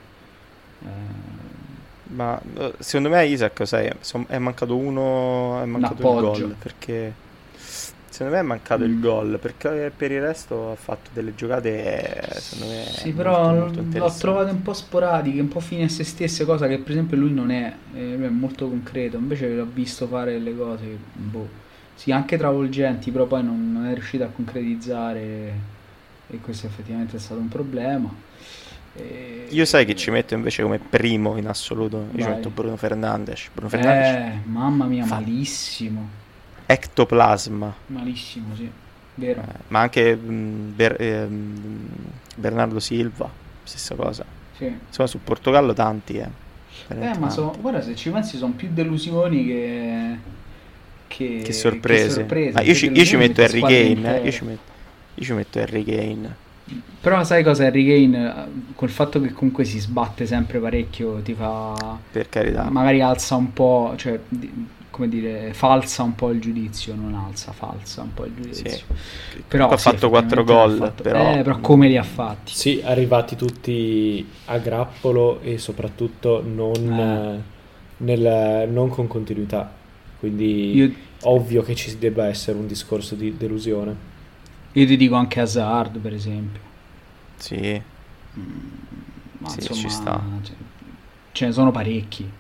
Eh... Ma secondo me Isaac, sai, è mancato uno, è mancato il gol, perché secondo me è mancato mm. il gol, perché per il resto ha fatto delle giocate, secondo me, sì, però molto, molto l'ho trovate un po' sporadiche, un po' fine a se stesse, cosa che per esempio lui non è, eh, lui è molto concreto, invece l'ho visto fare delle cose che, boh, sì, anche travolgenti, però poi non, non è riuscito a concretizzare, e questo effettivamente è stato un problema. E... Io sai che ci metto invece come primo in assoluto, io Vai. ci metto Bruno Fernandes. Bruno Fernandes, eh, mamma mia, fa... malissimo. Ectoplasma. Malissimo, sì, vero. Eh, ma anche mh, Ber- eh, Bernardo Silva, stessa cosa. Sì. Insomma, sul Portogallo tanti, eh. Eh, ma so, guarda, se ci pensi sono più delusioni che... Che, che sorprese. Che sorprese. Ma io, ci, io ci metto Harry Kane, eh, io, ci metto, io ci metto Harry Kane. Però sai cosa, Harry Kane, col fatto che comunque si sbatte sempre parecchio, ti fa... Per carità. Magari alza un po', cioè, come dire, falsa un po' il giudizio, non alza, falsa un po' il giudizio. Sì. Però ha sì, fatto quattro gol, fatto, però... Eh, però come li ha fatti? Sì, arrivati tutti a grappolo e soprattutto non, eh. nel, non con continuità. Quindi Io... ovvio che ci debba essere un discorso di delusione. Io ti dico anche Hazard, per esempio. Sì. Mm, ma sì, insomma, ci sta. Ce, ce ne sono parecchi.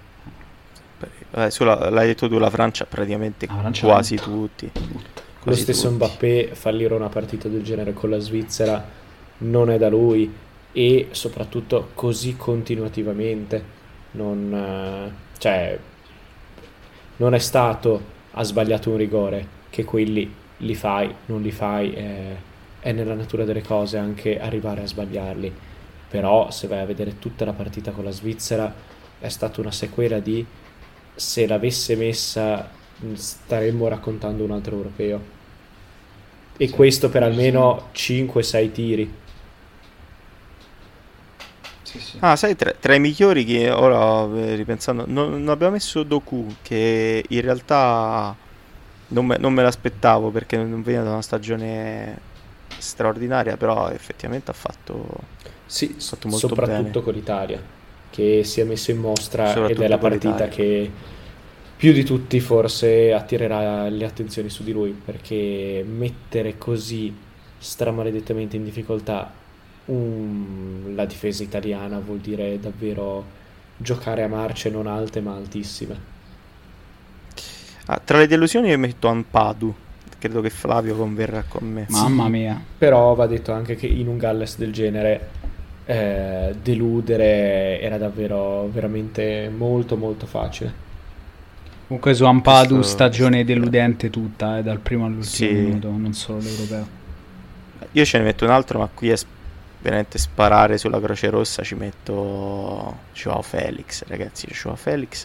Eh, sulla, l'hai detto tu, la Francia praticamente la Francia quasi tutti. Lo stesso tutti. Mbappé fallire una partita del genere con la Svizzera non è da lui, e soprattutto così continuativamente. Non, cioè, non è stato ha sbagliato un rigore, che quelli li fai, non li fai, eh, è nella natura delle cose anche arrivare a sbagliarli. Però se vai a vedere tutta la partita con la Svizzera è stata una sequela di, se l'avesse messa staremmo raccontando un altro europeo, e sì, questo per almeno cinque sei tiri. Sì, sì. Ah, sai, tra, tra i migliori che ora eh, ripensando, non, non abbiamo messo Doku, che in realtà non me, non me l'aspettavo perché non veniva da una stagione straordinaria, però effettivamente ha fatto, sì, ha fatto molto soprattutto bene con l'Italia, che si è messo in mostra, ed è la partita che più di tutti forse attirerà le attenzioni su di lui, perché mettere così stramaledettamente in difficoltà un, la difesa italiana vuol dire davvero giocare a marce non alte ma altissime. Ah, tra le delusioni io metto Ampadu, credo che Flavio converrà con me. Mamma mia. Però va detto anche che in un Galles del genere eh, deludere era davvero veramente molto molto facile. Comunque su Ampadu questo... stagione deludente tutta, eh, dal primo all'ultimo sì. minuto, non solo l'europeo. Io ce ne metto un altro, ma qui è veramente sparare sulla Croce Rossa, ci metto Joao Felix, ragazzi, Joao Felix,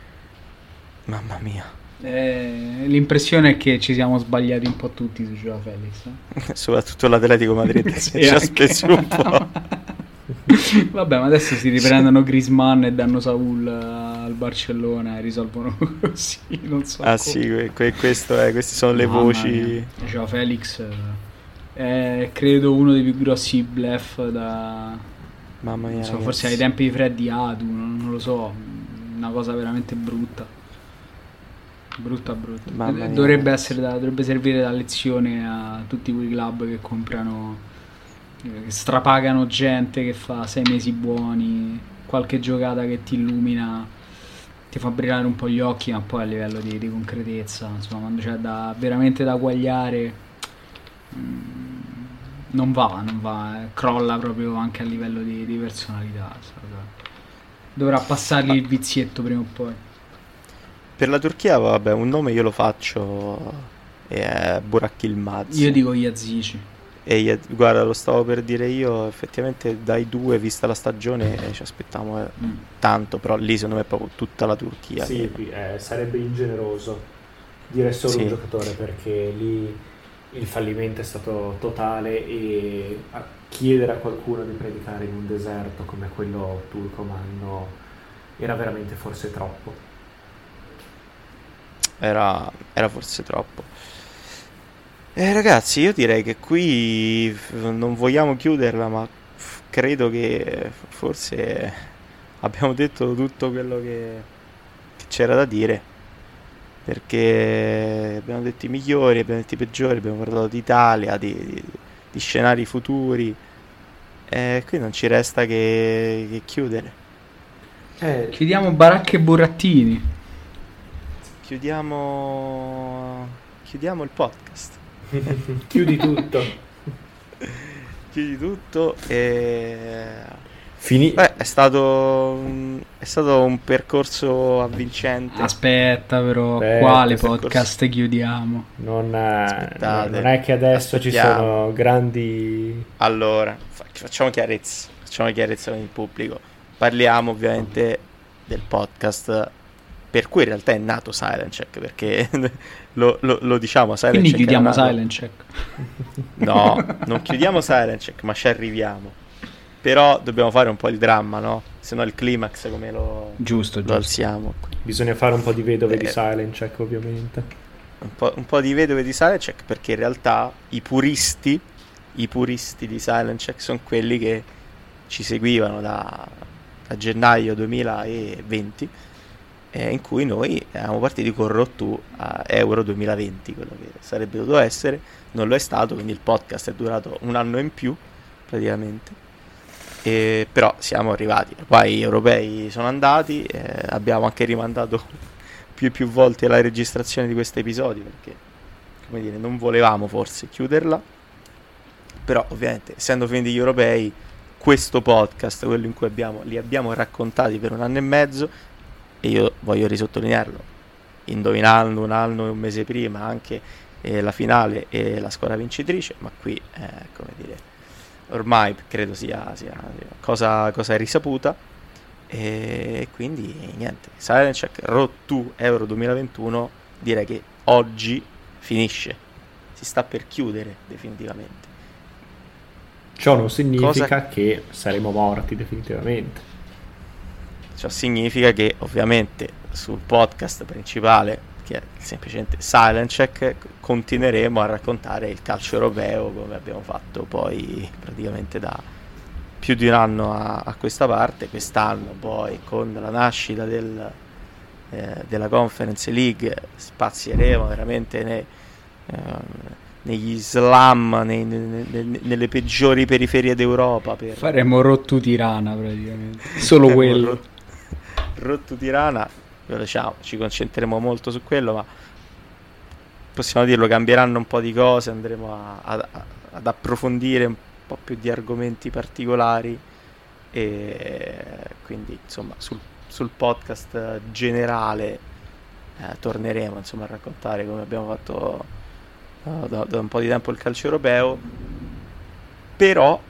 mamma mia. Eh, l'impressione è che ci siamo sbagliati un po' tutti su Joao Felix, eh? Soprattutto l'Atletico Madrid sì, ci ha speso un po'. Vabbè, ma adesso si riprendono Griezmann e danno Saul al Barcellona e risolvono così, non so ah come. Sì, que- que- questo è, queste sono le Mamma voci mia. Joao Felix è credo uno dei più grossi bluff da, mamma mia, non so, forse ai tempi di Freddy Adu, non, non lo so, una cosa veramente brutta brutta brutta mamma dovrebbe mia. essere da, dovrebbe servire da lezione a tutti quei club che comprano, che strapagano gente che fa sei mesi buoni, qualche giocata che ti illumina, ti fa brillare un po' gli occhi, ma poi a livello di, di concretezza, insomma, quando c'è da, veramente da guagliare, mh, non va, non va, eh, crolla proprio anche a livello di, di personalità. Dovrà passargli il vizietto prima o poi. Per la Turchia, vabbè, un nome io lo faccio, è Burak Yilmaz. Io dico Yazici. E guarda, lo stavo per dire io, effettivamente dai due, vista la stagione, eh, ci aspettiamo eh, mm. tanto, però lì secondo me è proprio tutta la Turchia. Sì, che... eh, sarebbe ingeneroso dire solo sì. un giocatore, perché lì il fallimento è stato totale, e a chiedere a qualcuno di predicare in un deserto come quello turco-manno era veramente forse troppo. era, era forse troppo. Eh, ragazzi, io direi che qui non vogliamo chiuderla, ma f- credo che forse abbiamo detto tutto quello che, che c'era da dire, perché abbiamo detto i migliori, abbiamo detto i peggiori, abbiamo parlato d'Italia, di, di, di scenari futuri, e qui non ci resta che, che chiudere. Eh, chiudiamo baracche e burattini. Chiudiamo chiudiamo il podcast. Chiudi tutto. Chiudi tutto e Fini... Beh, è stato un, è stato un percorso avvincente. Aspetta però, Beh, quale questo podcast percorso... chiudiamo? Non, eh, Aspettate, non è che adesso aspettiamo. Ci sono grandi... Allora, fa- facciamo chiarezza, facciamo chiarezza con il pubblico. Parliamo ovviamente del podcast per cui in realtà è nato Silent Check, perché lo, lo, lo diciamo, Silent Quindi Check chiudiamo nato... Silent Check. No, non chiudiamo Silent Check, ma ci arriviamo. Però dobbiamo fare un po' il dramma, no? Se no il climax come lo, giusto, lo giusto. alziamo. Bisogna fare un po' di vedove eh, di Silent Check, ovviamente. Un po', un po' di vedove di Silent Check, perché in realtà i puristi, i puristi di Silent Check sono quelli che ci seguivano da, da gennaio duemilaventi, eh, in cui noi eravamo partiti con Road to a Euro duemilaventi, quello che sarebbe dovuto essere, non lo è stato, quindi il podcast è durato un anno in più praticamente. E però siamo arrivati, poi gli europei sono andati, eh, abbiamo anche rimandato più e più volte la registrazione di questo episodio perché, come dire, non volevamo forse chiuderla, però ovviamente essendo finiti gli europei questo podcast, quello in cui abbiamo, li abbiamo raccontati per un anno e mezzo, e io voglio risottolinearlo, indovinando un anno e un mese prima anche eh, la finale e la squadra vincitrice, ma qui eh, come dire, ormai credo sia, sia cosa, cosa risaputa, e quindi niente, Silent Check Road to Euro duemilaventuno direi che oggi finisce, si sta per chiudere definitivamente. Ciò non significa cosa... che saremo morti definitivamente. Ciò significa che ovviamente sul podcast principale, che è semplicemente Silent Check, continueremo a raccontare il calcio europeo come abbiamo fatto poi praticamente da più di un anno a, a questa parte. Quest'anno poi con la nascita del, eh, della Conference League spazieremo veramente nei, eh, negli slam, nei, nei, nei, nelle peggiori periferie d'Europa per... faremo Road to Tirana praticamente, solo quello. Road to Tirana, diciamo, ci concentreremo molto su quello, ma possiamo dirlo, cambieranno un po' di cose, andremo a, a, ad approfondire un po' più di argomenti particolari, e quindi insomma sul, sul podcast generale eh, torneremo insomma a raccontare come abbiamo fatto uh, da, da un po' di tempo il calcio europeo, però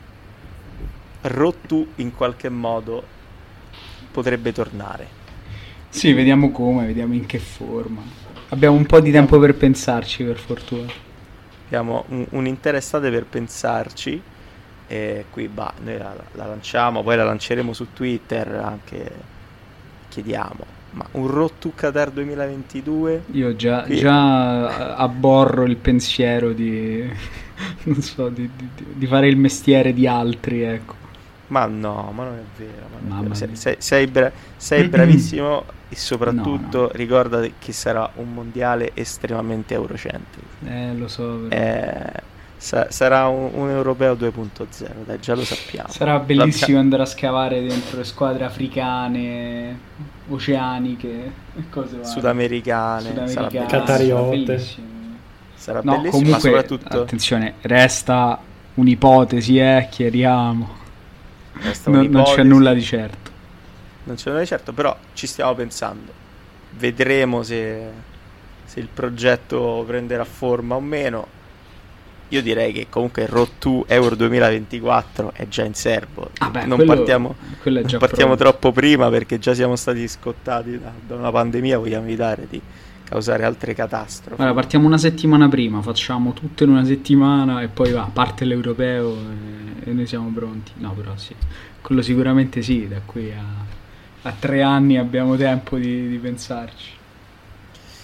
Road to in qualche modo potrebbe tornare. Sì, vediamo come, vediamo in che forma. Abbiamo un po' di tempo per pensarci, per fortuna. Abbiamo un, un'intera estate per pensarci, e qui bah, noi la, la lanciamo, poi la lanceremo su Twitter, anche chiediamo, ma un Road to Qatar duemilaventidue? Io già, qui... già abborro il pensiero di, non so, di, di, di fare il mestiere di altri, ecco. Ma no, ma non è vero, ma non è vero. Sei, mia. sei, sei, bra- sei bravissimo e soprattutto No, no. ricordati che sarà un mondiale estremamente eurocentrico. Eh, lo so, però. Eh, sa- sarà un, un europeo due punto zero, dai, già lo sappiamo. Sarà bellissimo L'abbiamo... andare a scavare dentro le squadre africane, oceaniche, e cose varie. Sudamericane, Sudamericane, sarà bellissimo. Qatariote. bellissimo. Sarà No, bellissimo, comunque, ma soprattutto attenzione, resta un'ipotesi, eh, chiariamo. resta Non, non c'è un'ipotesi. nulla di certo. Non c'è nulla di certo, però ci stiamo pensando. Vedremo se, se il progetto prenderà forma o meno. Io direi che comunque il Road to Euro duemilaventiquattro è già in serbo. Ah beh, non quello- partiamo, quello è non già partiamo pronto. troppo prima, perché già siamo stati scottati da, da una pandemia. Vogliamo evitare di causare altre catastrofi. Allora, partiamo una settimana prima, facciamo tutto in una settimana e poi va, parte l'europeo e, e noi siamo pronti. No, però sì, quello sicuramente sì, da qui a, a tre anni abbiamo tempo di, di pensarci.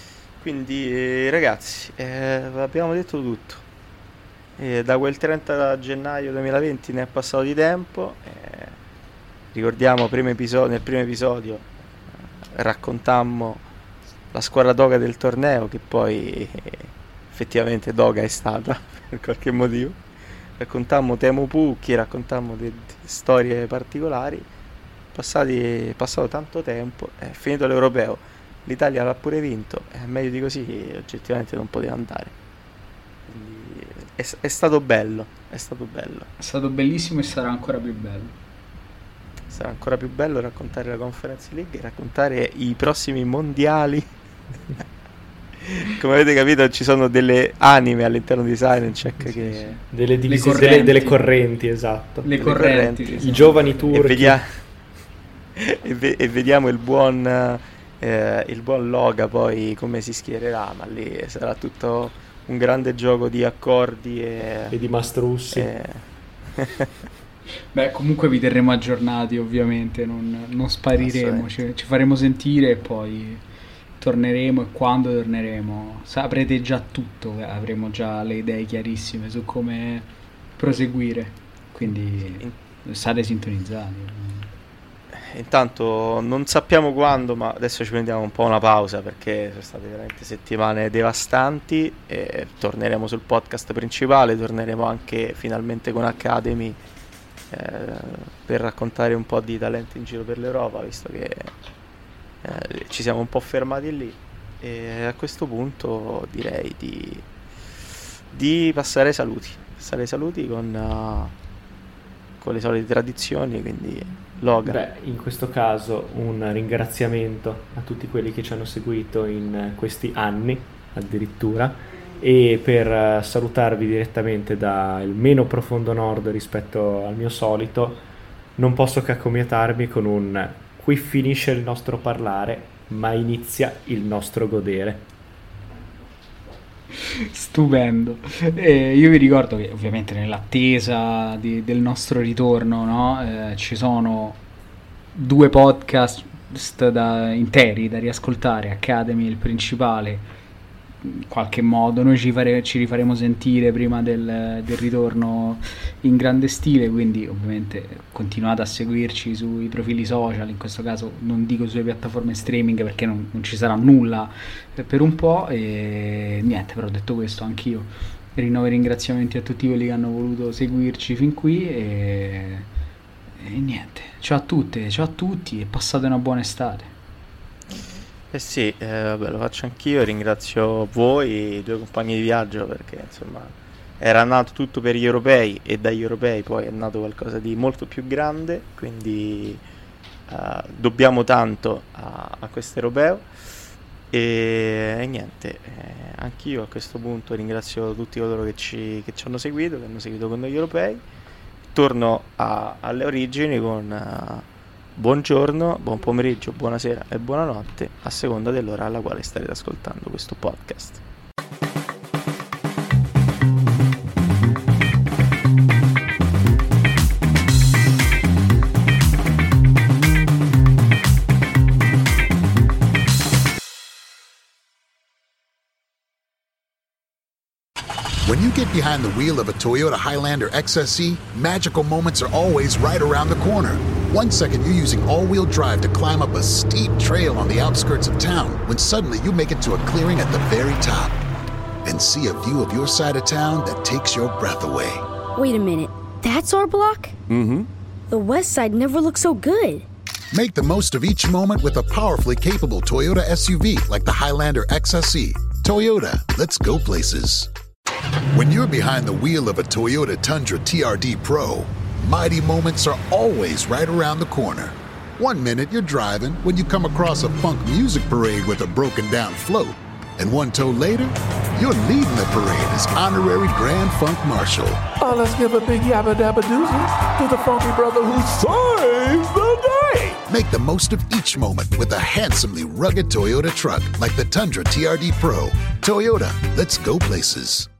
Quindi ragazzi, eh, abbiamo detto tutto. Eh, da quel trenta gennaio duemilaventi ne è passato di tempo. Eh, ricordiamo primo episodio, nel primo episodio eh, raccontammo la squadra Doga del torneo, che poi eh, effettivamente Doga è stata per qualche motivo. Raccontammo Teemu Pukki, raccontammo di storie particolari. Passati, è passato tanto tempo, è finito l'Europeo, l'Italia l'ha pure vinto, e meglio di così oggettivamente non poteva andare. Quindi è, è stato bello, è stato bello. È stato bellissimo e sarà ancora più bello. Sarà ancora più bello raccontare la Conference League e raccontare i prossimi mondiali. Come avete capito ci sono delle anime all'interno di Silent Check, sì, che sì. Delle, divisi- correnti. delle, delle correnti, esatto. Le delle correnti, correnti, I giovani turchi. E, vedia- e, ve- e vediamo il buon eh, il buon Loga poi come si schiererà, ma lì sarà tutto un grande gioco di accordi e, e di mastrussi. e... Beh, comunque vi terremo aggiornati, ovviamente, non, non spariremo, ci, ci faremo sentire e poi torneremo, e quando torneremo saprete già tutto, avremo già le idee chiarissime su come proseguire, quindi state sintonizzati. Intanto non sappiamo quando, ma adesso ci prendiamo un po' una pausa perché sono state veramente settimane devastanti e torneremo sul podcast principale, torneremo anche finalmente con Academy eh, per raccontare un po' di talenti in giro per l'Europa, visto che eh, ci siamo un po' fermati lì, e a questo punto direi di, di passare ai saluti, passare ai saluti con, uh, con le solite tradizioni, quindi Loga. Beh, in questo caso un ringraziamento a tutti quelli che ci hanno seguito in questi anni addirittura, e per salutarvi direttamente dal meno profondo nord rispetto al mio solito non posso che accomiatarmi con un: qui finisce il nostro parlare, ma inizia il nostro godere. Stupendo. Eh, io vi ricordo che ovviamente nell'attesa di, del nostro ritorno, no, eh, ci sono due podcast da, interi da riascoltare, Academy il principale, in qualche modo noi ci, fare, ci rifaremo sentire prima del, del ritorno in grande stile, quindi ovviamente continuate a seguirci sui profili social, in questo caso non dico sulle piattaforme streaming perché non, non ci sarà nulla per un po', e niente, però detto questo anch'io rinnovo i ringraziamenti a tutti quelli che hanno voluto seguirci fin qui, e, e niente, ciao a tutte, ciao a tutti e passate una buona estate. Eh sì, eh, vabbè, lo faccio anch'io, ringrazio voi, i due compagni di viaggio, perché insomma era nato tutto per gli europei e dagli europei poi è nato qualcosa di molto più grande, quindi uh, dobbiamo tanto a, a questo europeo, e, e niente, eh, anch'io a questo punto ringrazio tutti coloro che ci, che ci hanno seguito, che hanno seguito con noi gli europei. Torno a, alle origini con... Uh, buongiorno, buon pomeriggio, buonasera e buonanotte a seconda dell'ora alla quale starete ascoltando questo podcast. When you get behind the wheel of a Toyota Highlander X S E, magical moments are always right around the corner. One second you're using all-wheel drive to climb up a steep trail on the outskirts of town, when suddenly you make it to a clearing at the very top and see a view of your side of town that takes your breath away. Wait a minute, that's our block? Mm-hmm. The west side never looked so good. Make the most of each moment with a powerfully capable Toyota S U V like the Highlander X S E. Toyota, let's go places. When you're behind the wheel of a Toyota Tundra T R D Pro, mighty moments are always right around the corner. One minute you're driving when you come across a funk music parade with a broken down float. And one tow later, you're leading the parade as honorary Grand Funk Marshal. Oh, let's give a big yabba dabba doozy to the funky brother who saves the day. Make the most of each moment with a handsomely rugged Toyota truck like the Tundra T R D Pro. Toyota, let's go places.